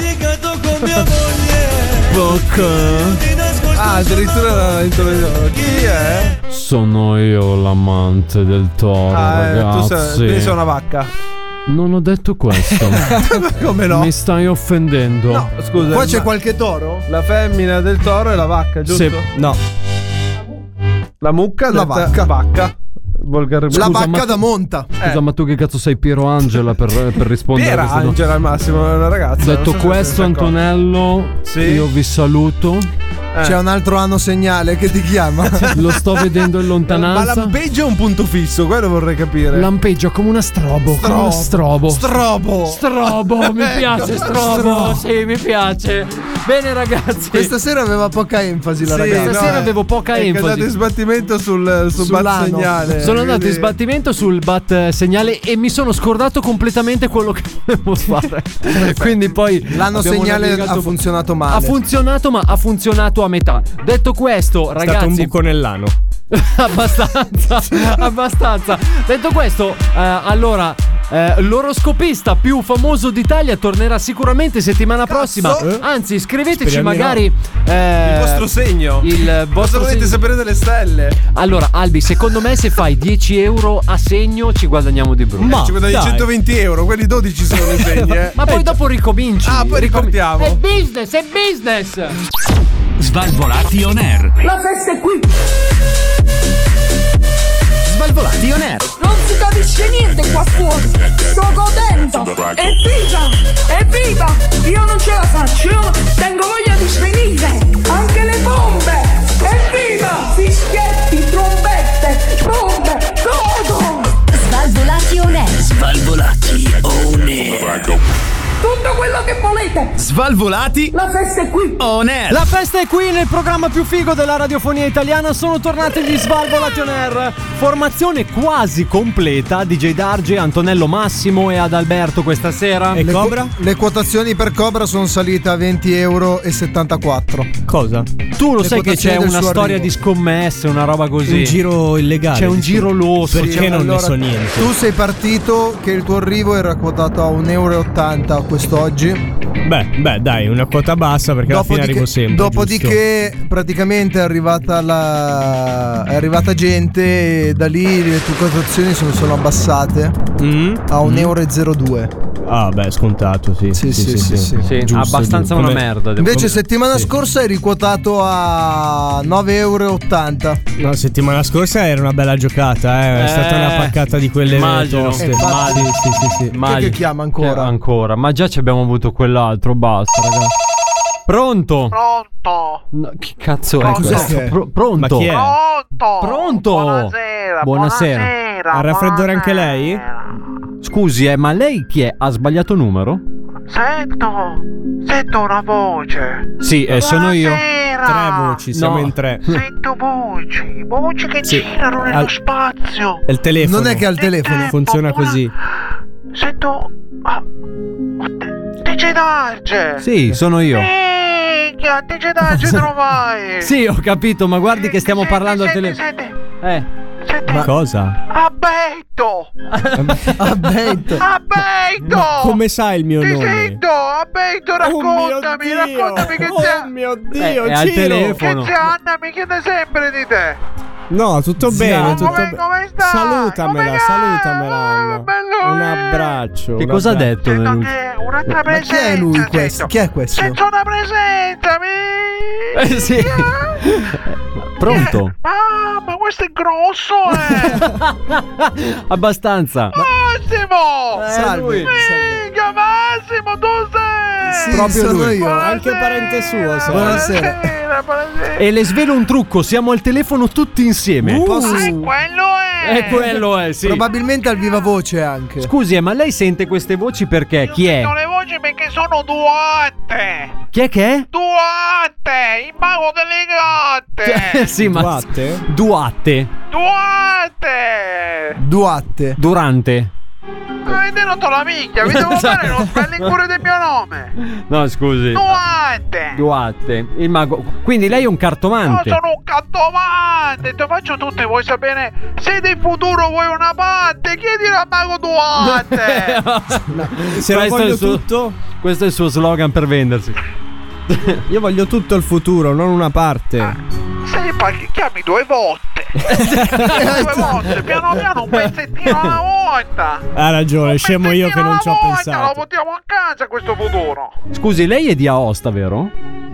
Ah, addirittura chi è? Sono io l'amante del toro, ah, ragazzi. Tu sei, quindi sei una vacca. Non ho detto questo. Come no? Mi stai offendendo. No, scusa. Qua c'è ma... qualche toro? La femmina del toro e la vacca, giusto? Sì. No. La mucca, la vacca. vacca. Volgar... Scusa, la vacca ma... da monta. Scusa, eh. ma tu che cazzo sei Piero Angela per, per rispondere Piera a questo? Angela al massimo, è una ragazza. Detto so questo, Antonello, sì. io vi saluto. Eh. C'è un altro anno segnale che ti chiama. Lo sto vedendo in lontananza. Ma lampeggia un punto fisso, quello vorrei capire. Lampeggia come una strobo. Strobo. Come una strobo. Strobo. Strobo, mi piace strobo. strobo. Sì, mi piace. Bene ragazzi. Questa sera aveva poca enfasi la sì, ragazza. Questa sera avevo poca è enfasi. È andato in sbattimento sul, sul bat segnale. Sono andato in sbattimento sul bat segnale e mi sono scordato completamente quello che volevo fare. Quindi poi l'anno segnale ha funzionato male. Ha funzionato, ma ha funzionato a metà. Detto questo, ragazzi, è stato un buco nell'ano. abbastanza, abbastanza. Detto questo, eh, allora eh, l'oroscopista più famoso d'Italia tornerà sicuramente settimana Cazzo? prossima. Eh? Anzi, scriveteci Speriamo magari no. eh, il vostro segno. Il vostro volete segno. sapere delle stelle. Allora, Albi, secondo me se fai dieci euro a segno ci guadagniamo di brutto. Ma ci guadagni centoventi euro, quelli dodici sono i segni. Eh. Ma poi dopo ricominci. Ah, poi ripartiamo. È business, è business. Svalvolati on air. La festa è qui. Svalvolati on air. Non si capisce niente qua fuori. Sto godendo. Evviva! Evviva! Io non ce la faccio. Io tengo voglia di svenire. Anche le bombe. Evviva! Fischietti, trombette, bombe. Godo! Svalvolati on air. Svalvolati on air. Tutto quello che volete. Svalvolati. La festa è qui. On air. La festa è qui nel programma più figo della radiofonia italiana. Sono tornati gli Svalvolati on air. Formazione quasi completa. D J Darge, Antonello Massimo e Adalberto questa sera. E le Cobra? Co- le quotazioni per Cobra sono salite a venti euro e settantaquattro. Cosa? Tu lo le sai che c'è una storia arrivo. di scommesse, una roba così. Un giro illegale. C'è un giro losso. Perché cioè, non allora, ne so niente. Tu sei partito che il tuo arrivo era quotato a un euro e ottanta quest'oggi. Beh, beh, dai, una quota bassa perché alla fine arrivo sempre. Dopodiché giusto? praticamente è arrivata la è arrivata gente e da lì le tue quotazioni sono, sono abbassate mm? a un mm. euro e zero due. Ah, beh, scontato, sì. Sì, sì, sì, sì, sì. sì giusto, abbastanza giusto. una Come... merda. Invece come... settimana sì. scorsa eri quotato a nove euro e ottanta. No, settimana scorsa era una bella giocata, eh. È eh, stata una paccata di quelle immagino. toste. Eh, infatti, sì, sì, sì, sì. Chi è che chiama ancora? Eh, ancora, ma già ci abbiamo avuto quell'altro, basta, ragazzi. Pronto? Pronto? No, che cazzo Pronto? è questo? Pro- pronto? Ma chi è? Pronto? Pronto? Buonasera. Buonasera. Buonasera. Ha raffreddore anche buonasera. lei? Scusi, eh, ma lei chi è? Ha sbagliato numero? Sento, sento una voce. Sì, eh, sono io. Tre voci, siamo No. in tre. Sento voci, voci che Sì. girano nello Al- spazio. È il telefono. Non è che ha il telefono. Funziona così. Sento. Ah, D J Darge. Sì, sono io. Minchia, D J Darge trovai. Sì, ho capito, ma guardi che stiamo parlando al telefono. Eh. Ma cosa? Abbetto. Abbetto. Abbetto. Ma come sai il mio Ti nome? sento, Abbetto, raccontami, mio Dio. raccontami che Oh zia. mio Dio, Eh, è al Ciro. telefono. Che zia Anna mi chiede sempre di te. No, tutto Zia, bene, tutto come- bene. come stai? Salutamela, Come salutamela. stai? Anna. Bello, Un eh. abbraccio. Che un cosa ha abbraccio. detto? Sento Nel- che un'altra Ma presenza. chi è lui sento. questo? Chi è questo? Sento una presenza, mi. Eh, sì. Pronto? Ah, ma questo è grosso, eh. Abbastanza. Massimo! Eh, Salve. lui. Minchia, Massimo, tu sei! Sì, proprio sono lui. io. Anche parente suo, sai. Buonasera. Buonasera, buonasera. E le svelo un trucco, siamo al telefono tutti insieme. Uh. Posso- Ah, quello è! E quello è, sì. Probabilmente al viva voce anche. Scusi, eh, ma lei sente queste voci perché? Chi è? Sento le voci perché sono Duarte! Chi è che è? Duarte! Il mago delle gatte! Sì, ma Duarte? Duatte. Duarte! Duatte. Durante. Avete rotto la minchia, vi devo fare lo spelling pure del mio nome! No, scusi. Duarte! Duatte. Il mago. Quindi lei è un Io cartomante. sono un cartomante, te faccio tutte, vuoi sapere se del futuro vuoi una parte? Chiedilo a Mago Duarte! Se lo Questo è voglio il suo- tutto, Questo è il suo slogan per vendersi. io voglio tutto il futuro, non una parte. Se poi chiami due volte, due volte, piano piano, un pezzettino alla volta. Ha ragione, scemo io che non ci ho Lo pensato. portiamo a casa questo futuro. Scusi, lei è di Aosta, vero?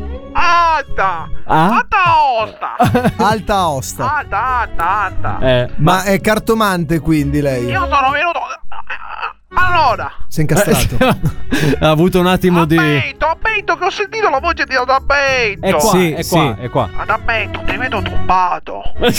Alta! Ah? Alta osta! Alta Osta. Alta, alta, alta! Eh, Ma è cartomante quindi lei? Io sono venuto. Allora, Si è incastrato. ha avuto un attimo di. Abbetto, Abbetto, che ho sentito la voce di Adabetto. È qua, Sì, è sì. qua, è qua. Adabetto, ti vedo turbato.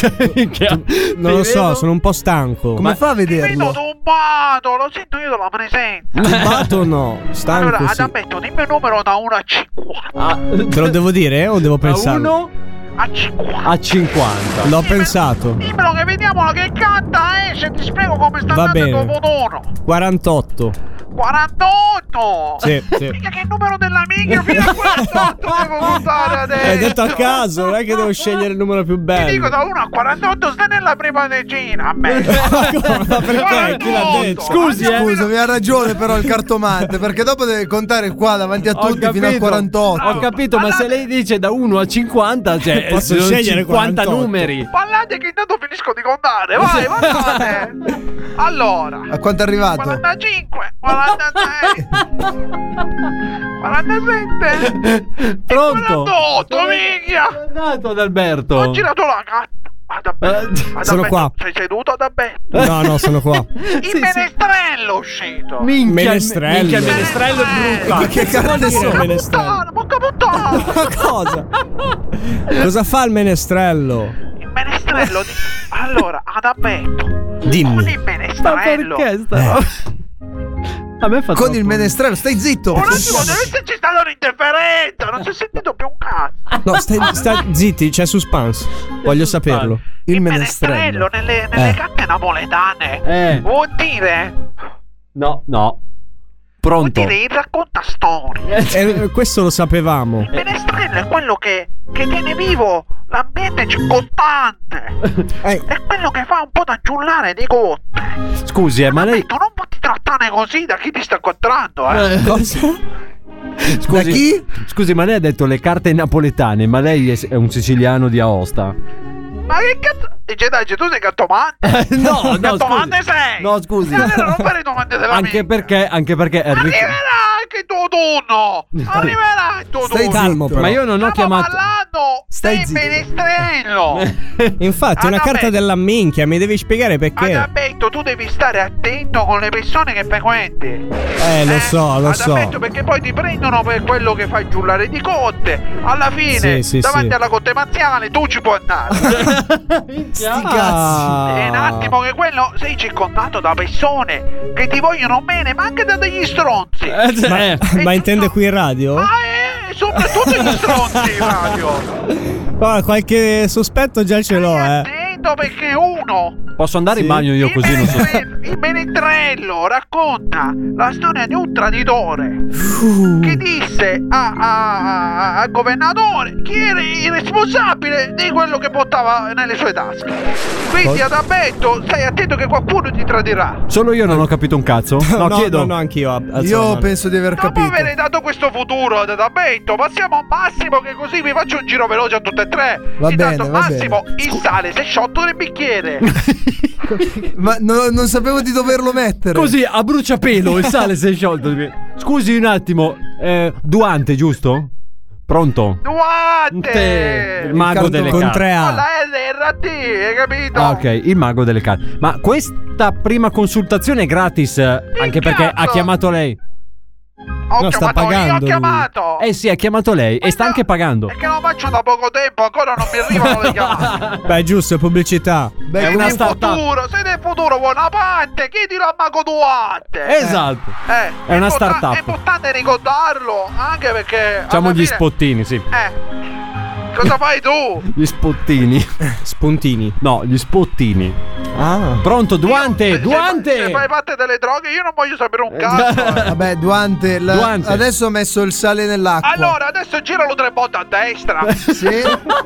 Non lo so, sono un po' stanco. Come fa a Ti vedo vederlo? turbato, lo sento io dalla presenza. Turbato o no? Stanco Allora, sì. Adabetto, dimmi un numero da uno a cinquanta. Ah, Te lo devo dire o devo a pensare? uno A cinquanta. a cinquanta. L'ho pensato. Dimmelo che vediamo che canta, eh, se ti spiego come sta Va andando il bene. tuo futuro. quarantotto. quarantotto! Sì, sì. Mica che numero della minchia fino a quarantotto devo votare adesso! Hai detto a caso, non è che devo scegliere il numero più Ti dico bello. da uno a quarantotto stai nella prima decina, a me! Ma perché? Chi l'ha detto? Scusi, eh. Scusami, ha ragione però il cartomante, perché dopo deve contare qua davanti a Ho tutti fino a capito. quarantotto. Ho capito, ma se lei dice da uno a cinquanta, cioè Posso sono scegliere cinquanta quarantotto. numeri. Parlate che intanto finisco di contare, vai, guardate! Allora, A quanto è arrivato? quarantacinque, quarantasei, quarantasette, Pronto? quarantotto, minchia! È andato ad Alberto. Ho girato la gatta. Adabetto, Eh, Adabetto, sono qua. Sei seduto Adabetto? No, no, sono qua. Il menestrello è uscito. Minchia, Menestrello. minchia, il menestrello è brutto. Ma che carte Dire il sono? menestrello. Porca puttana! Ma cosa? Cosa fa il menestrello? Il menestrello di... Allora, Adabetto, Dimmi. con il Ma menestrello. perché sta? A me fa Con troppo- il menestrello, stai zitto. Un attimo, deve esserci stata un'interferenza. Non si è sentito più un cazzo. No, stai, stai zitti, c'è suspense. Voglio saperlo. Il Menestrello menestrello. nelle, nelle Eh. gatte napoletane Eh. vuol dire No, no. vuol Pronto? dire il raccontastorie. Eh, questo lo sapevamo. Il menestrello è quello che, che tiene vivo l'ambiente circostante. Eh, È quello che fa un po' da giullare di gotte. Scusi, eh, ma lei. Tu non puoi trattare così da chi ti sta incontrando, eh. cosa? Scusi, Da chi? Scusi, ma lei ha detto le carte napoletane, ma lei è, è un siciliano di Aosta. Ma che cazzo? Dice dai, tu sei cattomante? No, no, Cattomante scusi. sei? No, scusi. E allora non fare domande della Anche minchia. perché, anche perché Enrico. Arriverà anche il tuo turno. Arriverà il tuo Stai turno. calmo, però. Ma io non ho Stiamo chiamato. parlando sono Stai dei zitto. menestrello. Infatti, è una Adalberto, carta della minchia, mi devi spiegare perché. Adalberto, tu devi stare attento con le persone che frequenti. Eh, lo so, lo so. Adalberto, perché poi ti prendono per quello che fai giullare di cotte. Alla fine, Sì, sì, davanti sì. alla corte marziale, tu ci puoi andare. Sti Ah. cazzi. È un attimo che quello sei circondato da persone che ti vogliono bene, ma anche da degli stronzi. Ma, Eh, ma intende qui in radio? Ah, eh, soprattutto gli stronzi in radio. Guarda, qualche sospetto già ce l'ho, eh. Attento perché uno, posso andare in Sì. bagno io il, così non so. menetre- il menestrello, racconta la storia di un traditore che disse a- a- a- al governatore che era il responsabile di quello che portava nelle sue tasche. Quindi Adalberto, stai attento che qualcuno ti tradirà. Solo io non ho capito un cazzo. No, no, chiedo. no, no, anch'io. alzo la Io mano. penso di aver Dopo capito. aver dato questo futuro ad Adalberto, passiamo a Massimo, che così vi faccio un giro veloce a tutte e tre. Va Intanto, bene, va Massimo, il sale si è sciolto nel bicchiere. Ma no- non sapevo di doverlo mettere. Così a bruciapelo il sale si è sciolto. Scusi un attimo, eh, Duante, giusto? Pronto? Duante! Il mago delle Con carte. tre Con A. la L R T, hai capito? Ah, ok, il mago delle carte. Ma questa prima consultazione è gratis, eh, anche perché ha cazzo! chiamato lei. Ho No, sta chiamato io, pagando ho lui. chiamato! Eh sì, ha chiamato lei e sta no, anche pagando. È che lo faccio da poco tempo, ancora non mi arrivano le chiamate. Beh, giusto, è pubblicità. Beh, È una comunque- Nel startup. futuro, se nel futuro vuoi una parte, chiedilo a Mago Duarte. Esatto. Eh, È una importa- startup. È importante ricordarlo, anche perché Facciamo alla gli fine- spottini, sì. Eh, cosa fai tu? Gli spottini. Spuntini. No, gli spottini. Ah. Pronto, Duante, Se- se- Duante. Se fai parte delle droghe, io non voglio sapere un cazzo. eh. Vabbè, Duante, la- Duante. adesso ho messo il sale nell'acqua. Allora, adesso giralo tre volte a destra. Sì.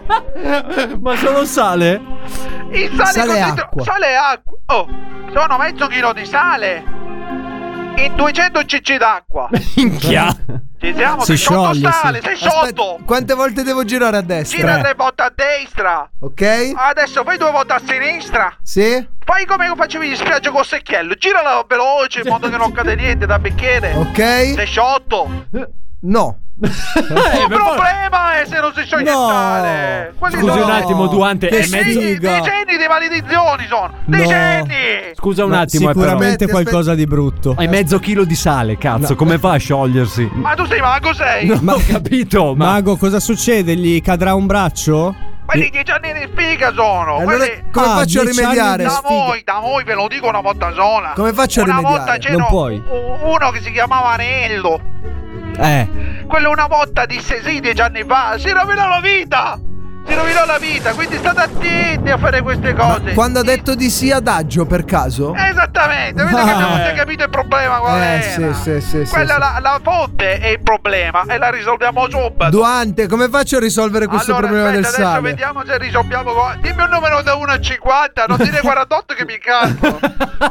Ma solo sale? Il sale, Sale e così- acqua. Sale e acqua. Oh, sono mezzo chilo di sale in duecento cc d'acqua. Minchia. Ci siamo, Si sei sciolto scioglie, sale, sì. sei Aspetta, sciolto. quante volte devo girare a destra? Gira tre volte a destra. Ok? Adesso fai due volte a sinistra. Sì. Fai come facevi in spiaggia col secchiello. Girala veloce in modo che non cade niente da bicchiere. Ok. Sei sciolto. No. Il problema è se non si scioglie No. il sale. Quelli Scusi sono un attimo, Duante, Che è mezzo. sfiga. decenni di maledizioni sono. No. Decenni. Scusa un Ma attimo, eh, però. sicuramente Aspetti, qualcosa di brutto. Hai mezzo chilo di sale, cazzo, come fa a sciogliersi? Ma tu sei mago, sei? Ma ho capito, ma Mago, cosa succede? Gli cadrà un braccio? Quelli dieci anni di figa sono. Allora, Quelli... come Ah, faccio a dieci anni rimediare? di Da voi, da voi ve lo dico una volta sola. Come faccio a una rimediare? volta c'era Non puoi. u- uno che si chiamava Anello. Eh. Quello una volta disse sì dieci anni fa. Si rovinò la vita. Si rovinò la vita. Quindi state attenti a fare queste cose. Quando ha detto di sì adagio per caso? Esattamente, vedo che Ah. abbiamo già capito il problema qual Eh, era. sì, sì, sì, sì, Quella sì. La, la fonte è il problema e la risolviamo subito. Duante, come faccio a risolvere questo allora, problema aspetta, del adesso sale? vediamo se risolviamo. co- Dimmi un numero da uno a cinquanta, non dire quarantotto che mi incazzo.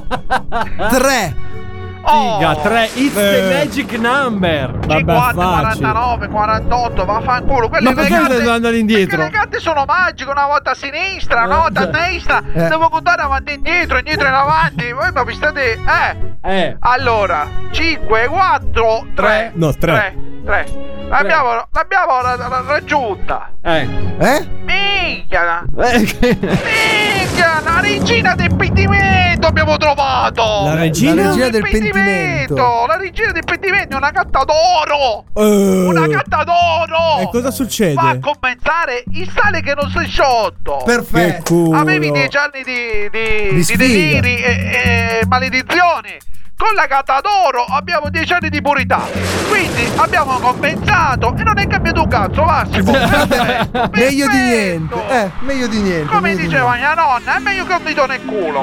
Tre. Oh, figa, tre, it's the Eh. magic number. Vabbè, cinquanta, facile. quarantanove, quarantotto, vaffanculo. Quelle Ma perché carte- stai andando indietro? Perché le carte sono magiche, una volta a sinistra, una volta a destra. Eh. Devo contare avanti e indietro, indietro e in avanti. Voi ma vi state. Eh. Eh. Allora, cinque, quattro, tre. No, tre. tre. L'abbiamo, l'abbiamo ra- ra- raggiunta. Eh. Eh? Minchia. Eh, che- Minchia, la regina del pentimento abbiamo trovato. La regina? La regina del pentimento. La regina del pentimento è una gatta d'oro. Eh. Una gatta d'oro. E cosa succede? Va a compensare il sale che non si è sciolto. Che Perfetto. culo. Avevi dieci anni di, di, Di di sfiga. deliri e, e maledizioni. Con la gatta d'oro abbiamo dieci anni di purità. Quindi abbiamo compensato e non è cambiato un cazzo, Massimo. Vabbè, meglio di niente. Perfetto. Eh, meglio di niente. Come meglio di diceva niente. mia nonna, è meglio che un dito nel culo.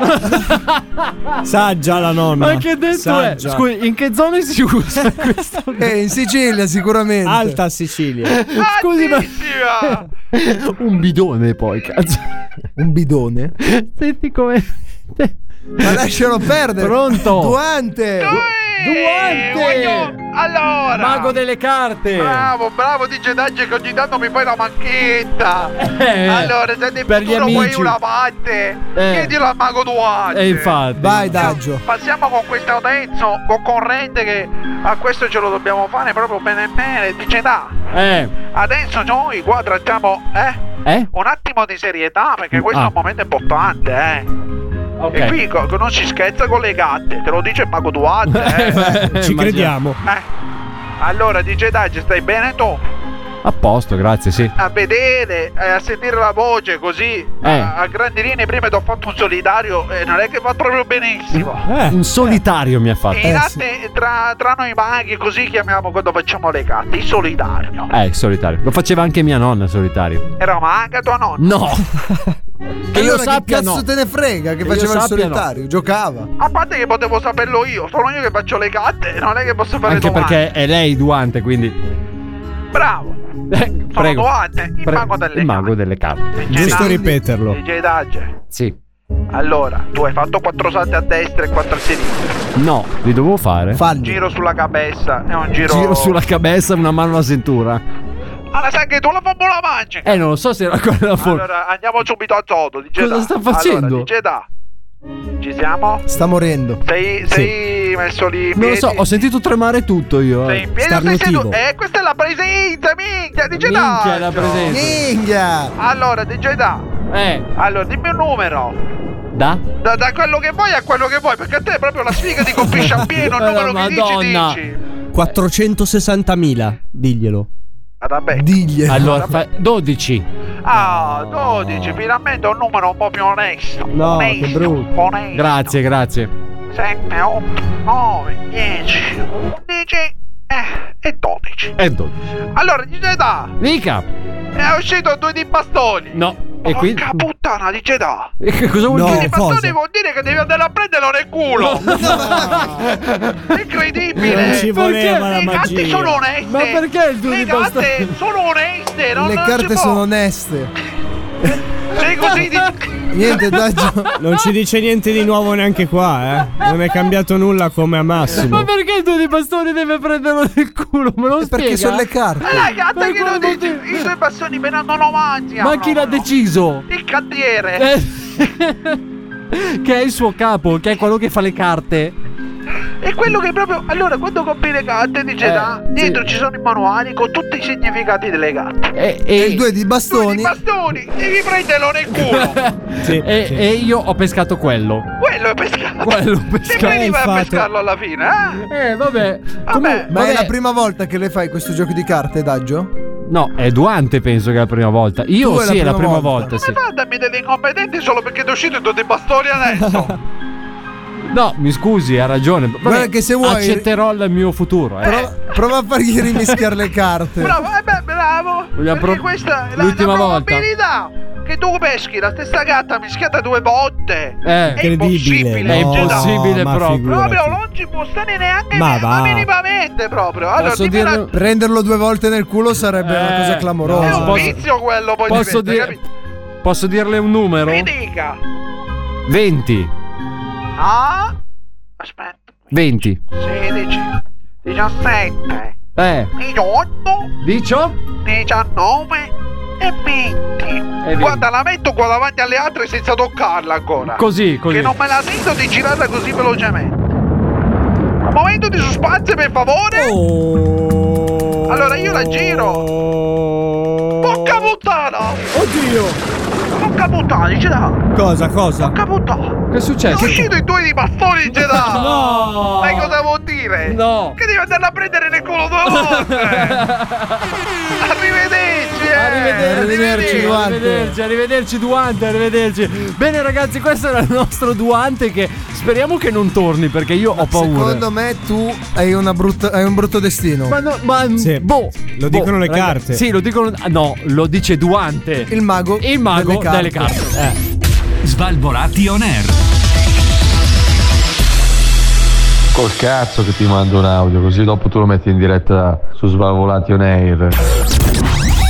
Saggia la nonna. Ma che detto Saggia. è? Scusi, in che zone si usa questo? Eh, in Sicilia sicuramente. Alta Sicilia. Scusi, ma Altissima. un bidone poi, cazzo. Un bidone? Senti come. Ma lascialo perdere. Pronto? Duante. Eh, voglio- Allora, Mago delle carte. bravo, bravo D J Dagge che ogni tanto mi fai la macchietta. Eh, Allora, se nel per gli futuro vuoi amici. una parte, Eh. chiedilo al Mago Duarte. E infatti. Vai, Daggio. Passiamo con questo terzo concorrente che a questo ce lo dobbiamo fare proprio bene bene. Dice da, Eh. Adesso noi qua trattiamo, eh? Eh? Un attimo di serietà, perché questo Ah. è un momento importante, eh? Ok. E qui co- non si scherza con le gatte, te lo dice il mago Duarte, eh? Beh, Ci ma crediamo. Eh. Allora, D J Daggi, stai bene tu? A posto, grazie, sì. A vedere, eh, a sentire la voce così, Eh. a, a grandi linee, prima ti ho fatto un solitario e non è che va proprio benissimo. Eh. Un solitario mi ha fatto. In arte, tra, tra noi maghi, così chiamiamo quando facciamo le gatte, il solitario. Eh, solitario. Lo faceva anche mia nonna, solitario. Era maga tua nonna? No. Che io allora sappia, che cazzo no. te ne frega che Che io faceva il sappia, solitario, giocava. A parte che potevo saperlo io, sono io che faccio le gatte, non è che posso fare Anche domande. perché è lei Duante, quindi. Bravo. Eh, Sono prego. Duante, il Pre- mago delle il mago delle carte. D J Giusto Daggi, ripeterlo. D J Daggi. Sì. Allora, tu hai fatto quattro salti a destra e quattro a sinistra. No, li dovevo fare. Un Falli. giro sulla cabeza e un giro... Giro sulla cabeza, una mano alla cintura. Ah, la sai che tu la formula mangi? Eh, non lo so se era quella la forma. Allora, andiamo subito a Zodo, D J Cosa Da. sta facendo? Allora, D J Da. Ci siamo? Sta morendo. Sei, sei messo lì in Non lo piedi? so, ho sentito tremare tutto io. Sei Eh. in piedi o sei seduto? Eh, questa è la presenza, minchia, D J Da. Minchia, la presenza. Minchia! Allora, D J Da. Eh. Allora, dimmi un numero. Da? Da, da quello che vuoi a quello che vuoi, perché a te proprio la sfiga ti colpisce a pieno il Eh, numero che Madonna. dici, dici. quattrocentosessantamila, diglielo. Ah, vabbè. Digli. Allora, fa- dodici. Ah, dodici, finalmente un numero un po' più onesto. No, onesto, che brutto. onesto. Grazie, grazie. sette, otto, nove, dieci, undici eh, e dodici. E dodici. Allora, D J Da, Mica. è uscito due di bastoni. No. E quindi. Porca puttana, D J Da. E che cosa vuol No. Due dire? di bastoni cosa? vuol dire che devi andare a prenderlo nel culo. Incredibile. Non ci voleva la Le gatte magia. sono oneste. Ma perché il due Le di bastoni? gatte sono oneste. Non, Le non si carte può. sono oneste. Sei così di... Niente, Daggio. Non ci dice niente di nuovo neanche qua, eh. Non è cambiato nulla come a Massimo. Ma perché il due di bastoni deve prenderlo nel culo? Me lo spiega? Perché sono le carte. La gatta Ma che lo come dice. potevi- I suoi bastoni per non mangiano. Ma chi l'ha deciso? Il cantiere. Eh. Che è il suo capo, che è quello che fa le carte. È quello che proprio. Allora, quando compri le gatte, dice Eh, da. Dietro ci sono i manuali con tutti i significati delle gatte. E, E e, il due di Due bastoni. di bastoni, devi prenderlo nel culo. Sì, e, sì. e io ho pescato quello. Quello è pescato. Quello ho Se pescato. veniva a fatto. pescarlo alla fine, eh? Eh, vabbè. Vabbè. Ma è vabbè. la prima volta che le fai questo gioco di carte, Daggio? No, è Duante, penso che è la prima volta. Io Tu è la sì, è la prima prima volta. volta, sì. Come fa a darmi degli incompetenti solo perché ti è uscito due di bastoni adesso? No, mi scusi, ha ragione. Vabbè, Guarda che se vuoi- accetterò il mio futuro. Eh. Prova, prova a fargli rimischiare le carte. Bravo, eh beh, bravo. Vogliamo Perché pro- questa è la, l'ultima la volta. probabilità che tu peschi la stessa gatta mischiata due volte. Eh, È impossibile. È no, impossibile ma proprio. figurati. Proprio non ci può stare neanche Ma ma, va. minimamente proprio. Allora, Posso dimmi dirlo- una- Prenderlo due volte nel culo sarebbe una Eh, cosa è clamorosa. un posso- vizio quello poi Posso, diventa, dire- capito? posso dirle un numero? Mi dica. venti. Ah? Aspetta. venti. sedici, diciassette, Eh. diciotto, Dicio? diciannove e venti. venti. Guarda, la metto qua davanti alle altre senza toccarla ancora. Così, così. Che non me la sento di girarla così velocemente. Un momento di suspense, per favore. Oh. Allora io la giro. Porca puttana! Oddio. Porca puttana, dice da. Cosa, cosa? Porca puttana. Che è successo? Sono uscito i due di bastoni, dice da. No. Sai cosa vuol dire? No. Che devi andarla a prendere nel culo due volte. Arrivederci, eh. Arrivederci, Arrivederci, Duante. arrivederci, arrivederci Duante, arrivederci. Bene ragazzi, questo era il nostro Duante che speriamo che non torni perché io ho paura. Secondo me tu hai, una brutta, hai un brutto destino. Ma no, ma Sì. boh, Lo boh, dicono le raga- carte. Sì, lo dicono. No, lo dice Duante. Il mago, Il mago delle delle carte. carte. Eh. Svalvolati on air. Col cazzo che ti mando un audio, così dopo tu lo metti in diretta su Svalvolati on air. Svalvolati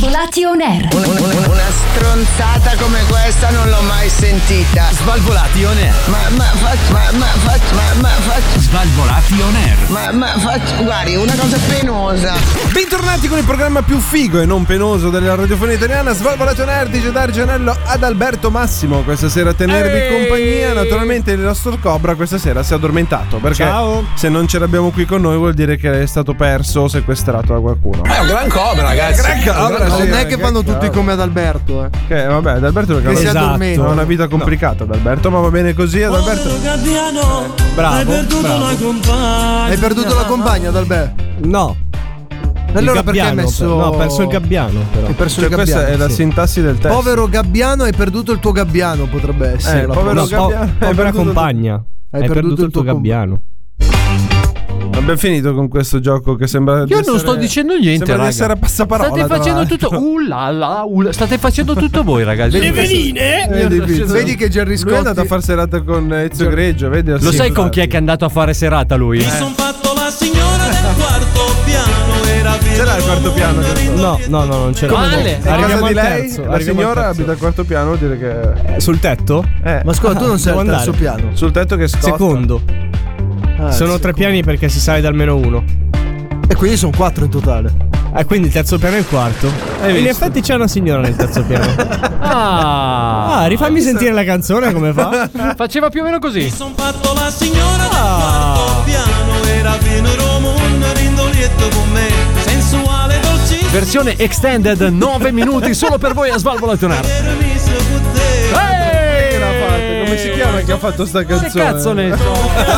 Svalvolati on air. Un- un- una stronzata come questa non l'ho mai sentita. Svalvolati on air. Ma, ma, faccio, ma, ma, faccio, ma, ma, faccio. Svalvolati on air. Ma, ma, faccio, guardi, una cosa penosa. Bentornati con il programma più figo e non penoso della radiofonia italiana. Svalvolati on air di D'Argenello ad Alberto Massimo. Questa sera a tenervi Ehi! compagnia. Naturalmente il nostro Cobra questa sera si è addormentato. Perché Ciao. se non ce l'abbiamo qui con noi vuol dire che è stato perso o sequestrato da qualcuno. È un gran Cobra, ragazzi. Gran Cobra, Non sì, è che fanno gran tutti Cobra. come ad Alberto, eh. Che vabbè, ad Alberto perché Che si esatto, addormenta. ha una vita complicata ad Alberto, ma va bene così ad Alberto. Gabbiano, Bravo, hai perduto bravo. la compagna. Hai perduto la compagna ad Alberto? No. Allora Il perché hai gabbiano, messo. però. No, ho perso il gabbiano. Però. Hai perso Cioè, il questa gabbiano. è la Sì. sintassi del testo. Povero Gabbiano, hai perduto il tuo gabbiano, potrebbe essere. Eh, la povero prossima. No, po- gabbiano, hai povera perduto- compagna. Hai, perduto, il tuo comp- gabbiano. Abbiamo finito con questo gioco che sembra. di Io non essere- sto dicendo niente, Sembra raga. di essere a passaparola. State tra facendo l'altro. tutto. Uh là là, uh là. State facendo tutto voi, ragazzi. Le veline? Eh, di pizza. Vedi che Gerry Lui è andato a Scotti. far serata con Ezio Greggio, vedi? Lo sai con chi è che è andato a fare serata lui? Mi son fatto la signora del quarto piano. Era Ce l'ha il quarto piano? No, no, no, non c'è. Come no? A casa Arriviamo di al lei, terzo. la arriviamo al signora terzo. abita al quarto piano, vuol dire che. Eh, sul tetto? Eh, Ma scusa, tu non sei Devo al terzo andare. piano. sul tetto che scotta. Secondo. Ah, Sono sì. tre piani perché si sale da almeno uno. E quindi sono quattro in totale. Eh, quindi il terzo piano è il quarto. Hai In visto? effetti c'è una signora nel terzo piano. Ah, Ah, rifammi sentire la canzone come fa. faceva più o meno così. Mi son fatto la signora del quarto piano. Era Venero un rindolietto con me. Sensuale, dolcissimo. Versione extended, nove minuti solo per voi a Svalvolati on air. Permesso con te. Che l'ha fatta? Come si chiama che ha fatto sta Che canzone? cazzo ne so?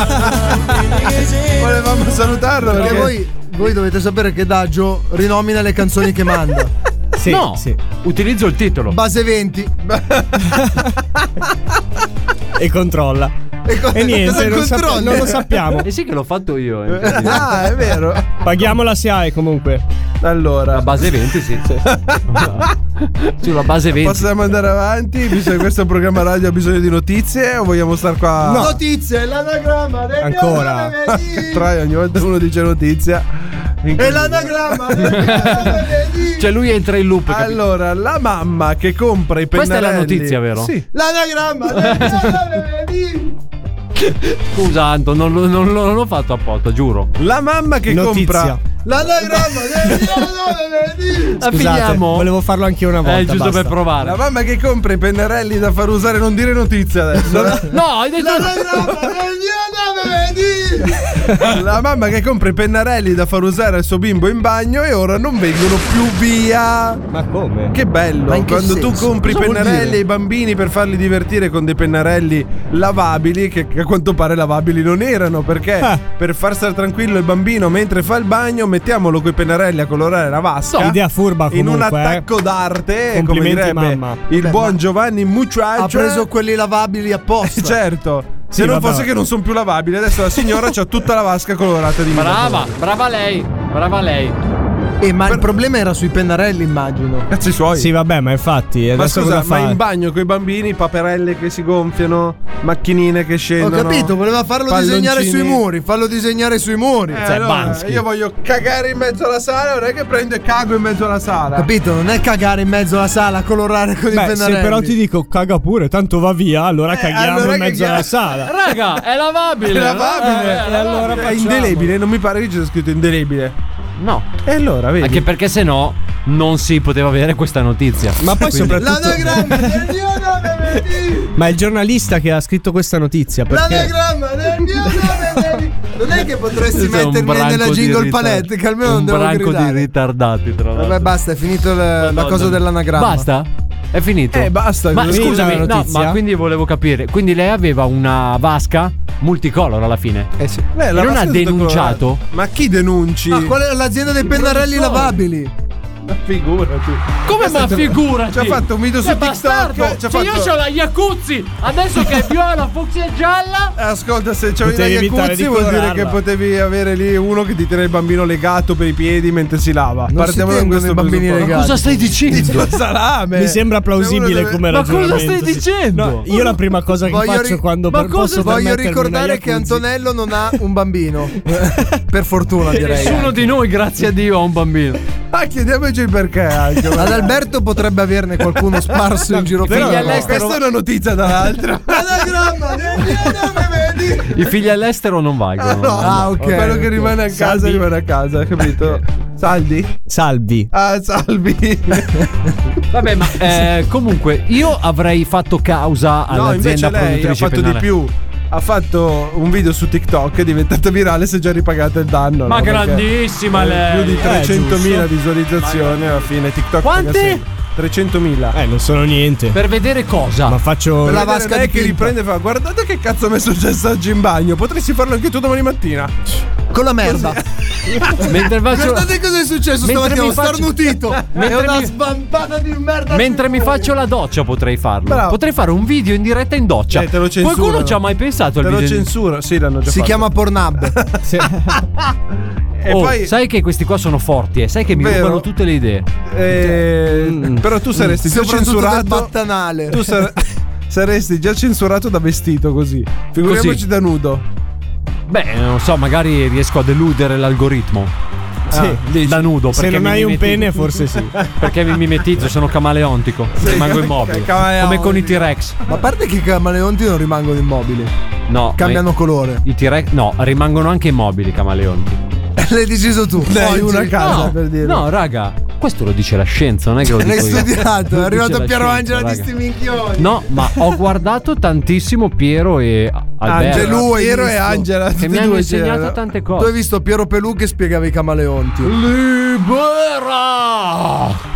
Volevamo salutarlo Perché perché voi, voi dovete sapere che Daggio rinomina le canzoni che manda. Sì, No, sì. utilizzo il titolo. Base venti. E controlla. E, co- E niente, cosa non, sap- controlli? non lo sappiamo. Eh sì che l'ho fatto io. eh. Ah, è vero. Paghiamo la S I A E comunque. Allora, La base venti, sì. Sulla base venti. possiamo andare avanti? Visto che questo programma radio ha bisogno di notizie o vogliamo star qua? No. Notizie, l'anagramma del Ancora. mio venerdì. Tra ogni volta uno dice notizia. E l'anagramma del mio venerdì. Cioè lui entra in loop. capito? Allora, la mamma che compra i Questa pennarelli. è la notizia, vero? Sì. L'anagramma del mio venerdì. Scusa Anto, non, lo- non lo- non l'ho fatto apposta, giuro. La mamma che Notizia. compra. L'anagramma del mio venerdì. La Scusate, finiamo? volevo farlo anche una volta. Eh, giusto basta. per provare. La mamma che compra i pennarelli da far usare, non dire notizia adesso. eh. No, hai detto. L'anagramma del mio venerdì. La mamma che compra i pennarelli da far usare al suo bimbo in bagno e ora non vengono più via. Ma come? Che bello, Ma in che quando tu senso? compri i Cosa vuol pennarelli dire? ai bambini per farli divertire con dei pennarelli lavabili, che, che a quanto pare lavabili non erano, perché Ah. per far stare tranquillo il bambino mentre fa il bagno, mettiamolo coi pennarelli a colorare la vasca. No, idea furba in un comunque, eh. attacco d'arte, come Complimenti, direbbe mamma. il Beh, buon ma- Giovanni Mucciaccio. Ha preso quelli lavabili apposta. Certo. Se Sì, non vabbè. fosse che non sono più lavabili, adesso la signora c'ha tutta la vasca colorata di Brava, brava lei. Brava lei. Eh, ma il problema era sui pennarelli, immagino. Cazzi suoi. Sì, vabbè, ma infatti. Ma Adesso scusa, cosa ma fa? in bagno con i bambini, paperelle che si gonfiano, macchinine che Ho scendono. capito, voleva farlo palloncini. disegnare sui muri. Fallo disegnare sui muri. Eh, Cioè, allora, Bansky. io voglio cagare in mezzo alla sala, non è che prendo e cago in mezzo alla sala. Capito? Non è cagare in mezzo alla sala, colorare con i Beh, se pennarelli. però ti dico caga pure, tanto va via, allora Eh, caghiamo allora in mezzo caghiamo. alla sala. Raga, è lavabile. È lavabile. Eh, E allora È facciamo. indelebile, non mi pare che c'è scritto indelebile. No. E allora, vedi? Anche perché se no non si poteva avere questa notizia. Ma poi Quindi- soprattutto. L'anagramma del mio venerdì. Ma è il giornalista che ha scritto questa notizia. Perché L'anagramma del mio venerdì. Non è che potresti Questo è un mettermi branco nella di jingle ritard- palette, che almeno non un devo branco gridare. di ritardati, tra l'altro. Vabbè, basta, è finito il- la Madonna. cosa dell'anagramma. Basta? È finito? Eh, basta. Ma Finita scusami, la no, notizia? ma quindi volevo capire. Quindi lei aveva una vasca multicolor alla fine. Eh sì. Beh, E la non vasca ha è tutta denunciato? colorata. Ma chi denunci? Ah, qual è l'azienda dei pennarelli lavabili? Ma figurati. Come ma Questo- figurati? Ci ha fatto un video su Sei TikTok. bastardo. Ci ha Se io fatto- c'ho la Yakuzzi, adesso che è viola, fucsia e gialla. Ascolta, se c'avevi la Potevi evitare Yakuzzi di vuol dire colorarla. che potevi avere lì uno che ti tiene il bambino legato per i piedi mentre si lava. Non Partiamo si da tengono questo i bambini presupposto. legati. Cosa stai dicendo? Salame. mi sembra plausibile Se uno come Ma cosa ragionamento. stai sì. dicendo? No, io la prima cosa che Voglio faccio ri- quando Ma per- cosa- posso Voglio permettermi ricordare una che jacuzzi- Antonello non ha un bambino. Per fortuna, direi. Nessuno di noi, grazie a Dio, ha un bambino. Ah, chiediamo ai spiegaci il perché anche. Ad Alberto potrebbe averne qualcuno sparso in giro per Figli il all'estero- Questa è una notizia dall'altra. I figli all'estero non valgono. No, Ah, ok. Quello che rimane a casa Salvi. rimane a casa, capito? Saldi? Salvi. Ah, salvi. Vabbè, ma eh, comunque io avrei fatto causa No, invece all'azienda lei ha produttrice fatto penale. di più. Ha fatto un video su TikTok, è diventata virale, si è già ripagato il danno. Ma no? Perché, grandissima eh, lei. Più di Eh, trecentomila giusto. visualizzazioni alla fine TikTok. Quante? paga sempre. trecentomila. Eh, non sono niente. Per vedere cosa? Ma faccio. Per la vedere vasca lei di che tinta. riprende e fa: guardate che cazzo mi è successo oggi in bagno. Potresti farlo anche tu domani mattina. Con la merda. Mentre faccio, Guardate cosa è successo Mentre stamattina. mi Ho faccio- starnutito. È Mentre una mi- svampata di merda. mentre mi faccio la doccia potrei farlo. Bravo. Potrei fare un video in diretta in doccia. Eh, te lo censurano. Qualcuno ci ha mai pensato al Te lo video? in- censura. Sì, l'hanno già Si fatto. chiama Pornhub. E Oh, poi. sai che questi qua sono forti, eh? Sai che mi Vero? rubano tutte le idee. eh, Mm. Però tu saresti già Soprattutto del censurato. battanale. Tu sar- saresti già censurato da vestito così. Figuriamoci Così. da nudo. Beh, non so, magari riesco a deludere l'algoritmo. Sì, Ah, da nudo. Se perché non mi hai un mimetizzo. pene, forse sì. Perché mi mimetizzo, sono camaleontico. Rimango immobile. camaleontico. Come con i T-Rex. Ma a parte che i camaleonti non rimangono immobili, No. cambiano ma colore. i, i T-Rex. No, rimangono anche immobili i camaleonti. L'hai deciso tu. Ne hai oggi. una a casa no, per dire. no, raga, questo lo dice la scienza, non è che lo dico L'hai io. studiato. Lo È arrivato dice la Piero scienza, Angela di raga. sti minchioni. No, ma ho guardato tantissimo Piero e Alberto. Angelo, hai Piero e visto? Angela. Che tutti mi e hanno due insegnato c'erano. tante Tu hai cose. visto Piero Pelù che spiegava i camaleonti. Libera!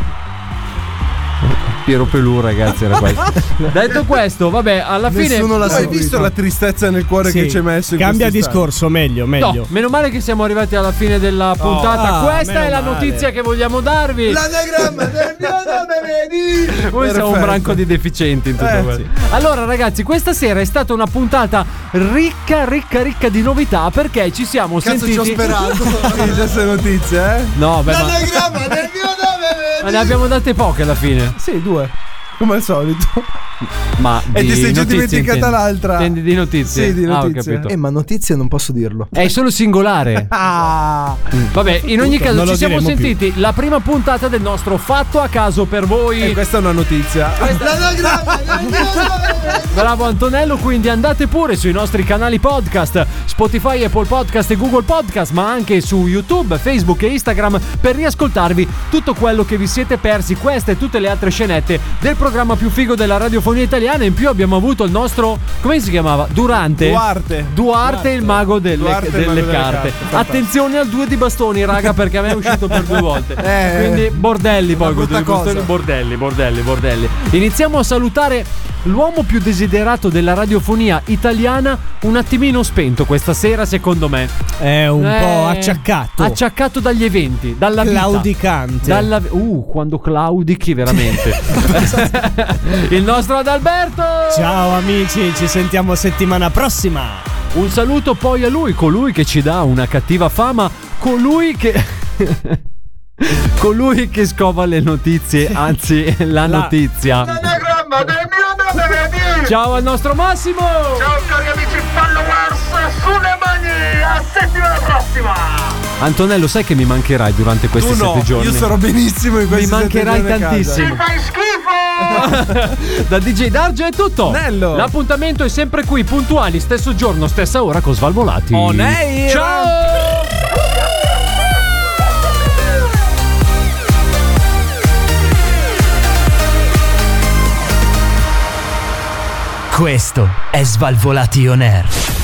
Piero Pelù, ragazzi, era questo. Detto questo, vabbè, alla fine. Nessuno l'ha Hai seguito. visto la tristezza nel cuore Sì. che ci hai messo in Cambia quest'istante? discorso, meglio, No, meglio. meno male che siamo arrivati alla fine della puntata. ah, Questa meno è la male. notizia che vogliamo darvi. L'anagramma del mio nome, vedi? Voi siamo un Perfetto. branco di deficienti in tutto Eh, questo. sì. Allora, ragazzi, questa sera è stata una puntata ricca, ricca, ricca di novità perché ci siamo Cazzo sentiti. ci ho sperato. Sì, già queste notizie, eh? No, beh, ma, L'anagramma del mio nome, ma ne abbiamo date poche alla fine. Sì, due. Come al solito. Ma E di ti sei già notizie dimenticata intendi? l'altra. Intendi di notizie? Sì, di Ah, ho notizie. capito. Eh, ma notizie non posso dirlo. È solo singolare. Ah. Vabbè, in ogni caso Non lo ci siamo diremo più. sentiti la prima puntata del nostro Fatto a caso per voi. E questa è una notizia. L'anagramma del mio nome. Bravo Antonello, quindi andate pure sui nostri canali podcast, Spotify, Apple Podcast e Google Podcast, ma anche su YouTube, Facebook e Instagram per riascoltarvi tutto quello che vi siete persi, queste e tutte le altre scenette del programma più figo della radiofonia italiana. In più abbiamo avuto il nostro, come si chiamava? Durante? Duarte. Duarte, il mago delle, Duarte, il delle mago delle carte. carte, fantastico. Attenzione al due di bastoni, raga, perché a me è uscito per due volte. Eh, Quindi bordelli poi con due brutta di bastoni, cosa. bordelli, bordelli, bordelli. Iniziamo a salutare l'uomo più desiderato della radiofonia italiana, un attimino spento questa sera secondo me. È un Eh, po' acciaccato. Acciaccato dagli eventi, dalla vita. Claudicante. Dalla, uh, quando claudichi veramente. Il nostro Adalberto. Ciao amici, ci sentiamo settimana prossima. Un saluto poi a lui, colui che ci dà una cattiva fama, colui che colui che scova le notizie, anzi la, notizia. L'anagramma del mio nome, vedi? Ciao al nostro Massimo. Ciao cari amici followers, sulle mani, a settimana prossima! Antonello, sai che mi mancherai durante questi Tu no, sette giorni? io sarò benissimo in Mi questi sette mancherai giorni a casa. tantissimo. Fai schifo! Da D J Darge è tutto. Nello. L'appuntamento è sempre qui, puntuali, stesso giorno, stessa ora con Svalvolati. On air. Ciao! Questo è Svalvolati On Air.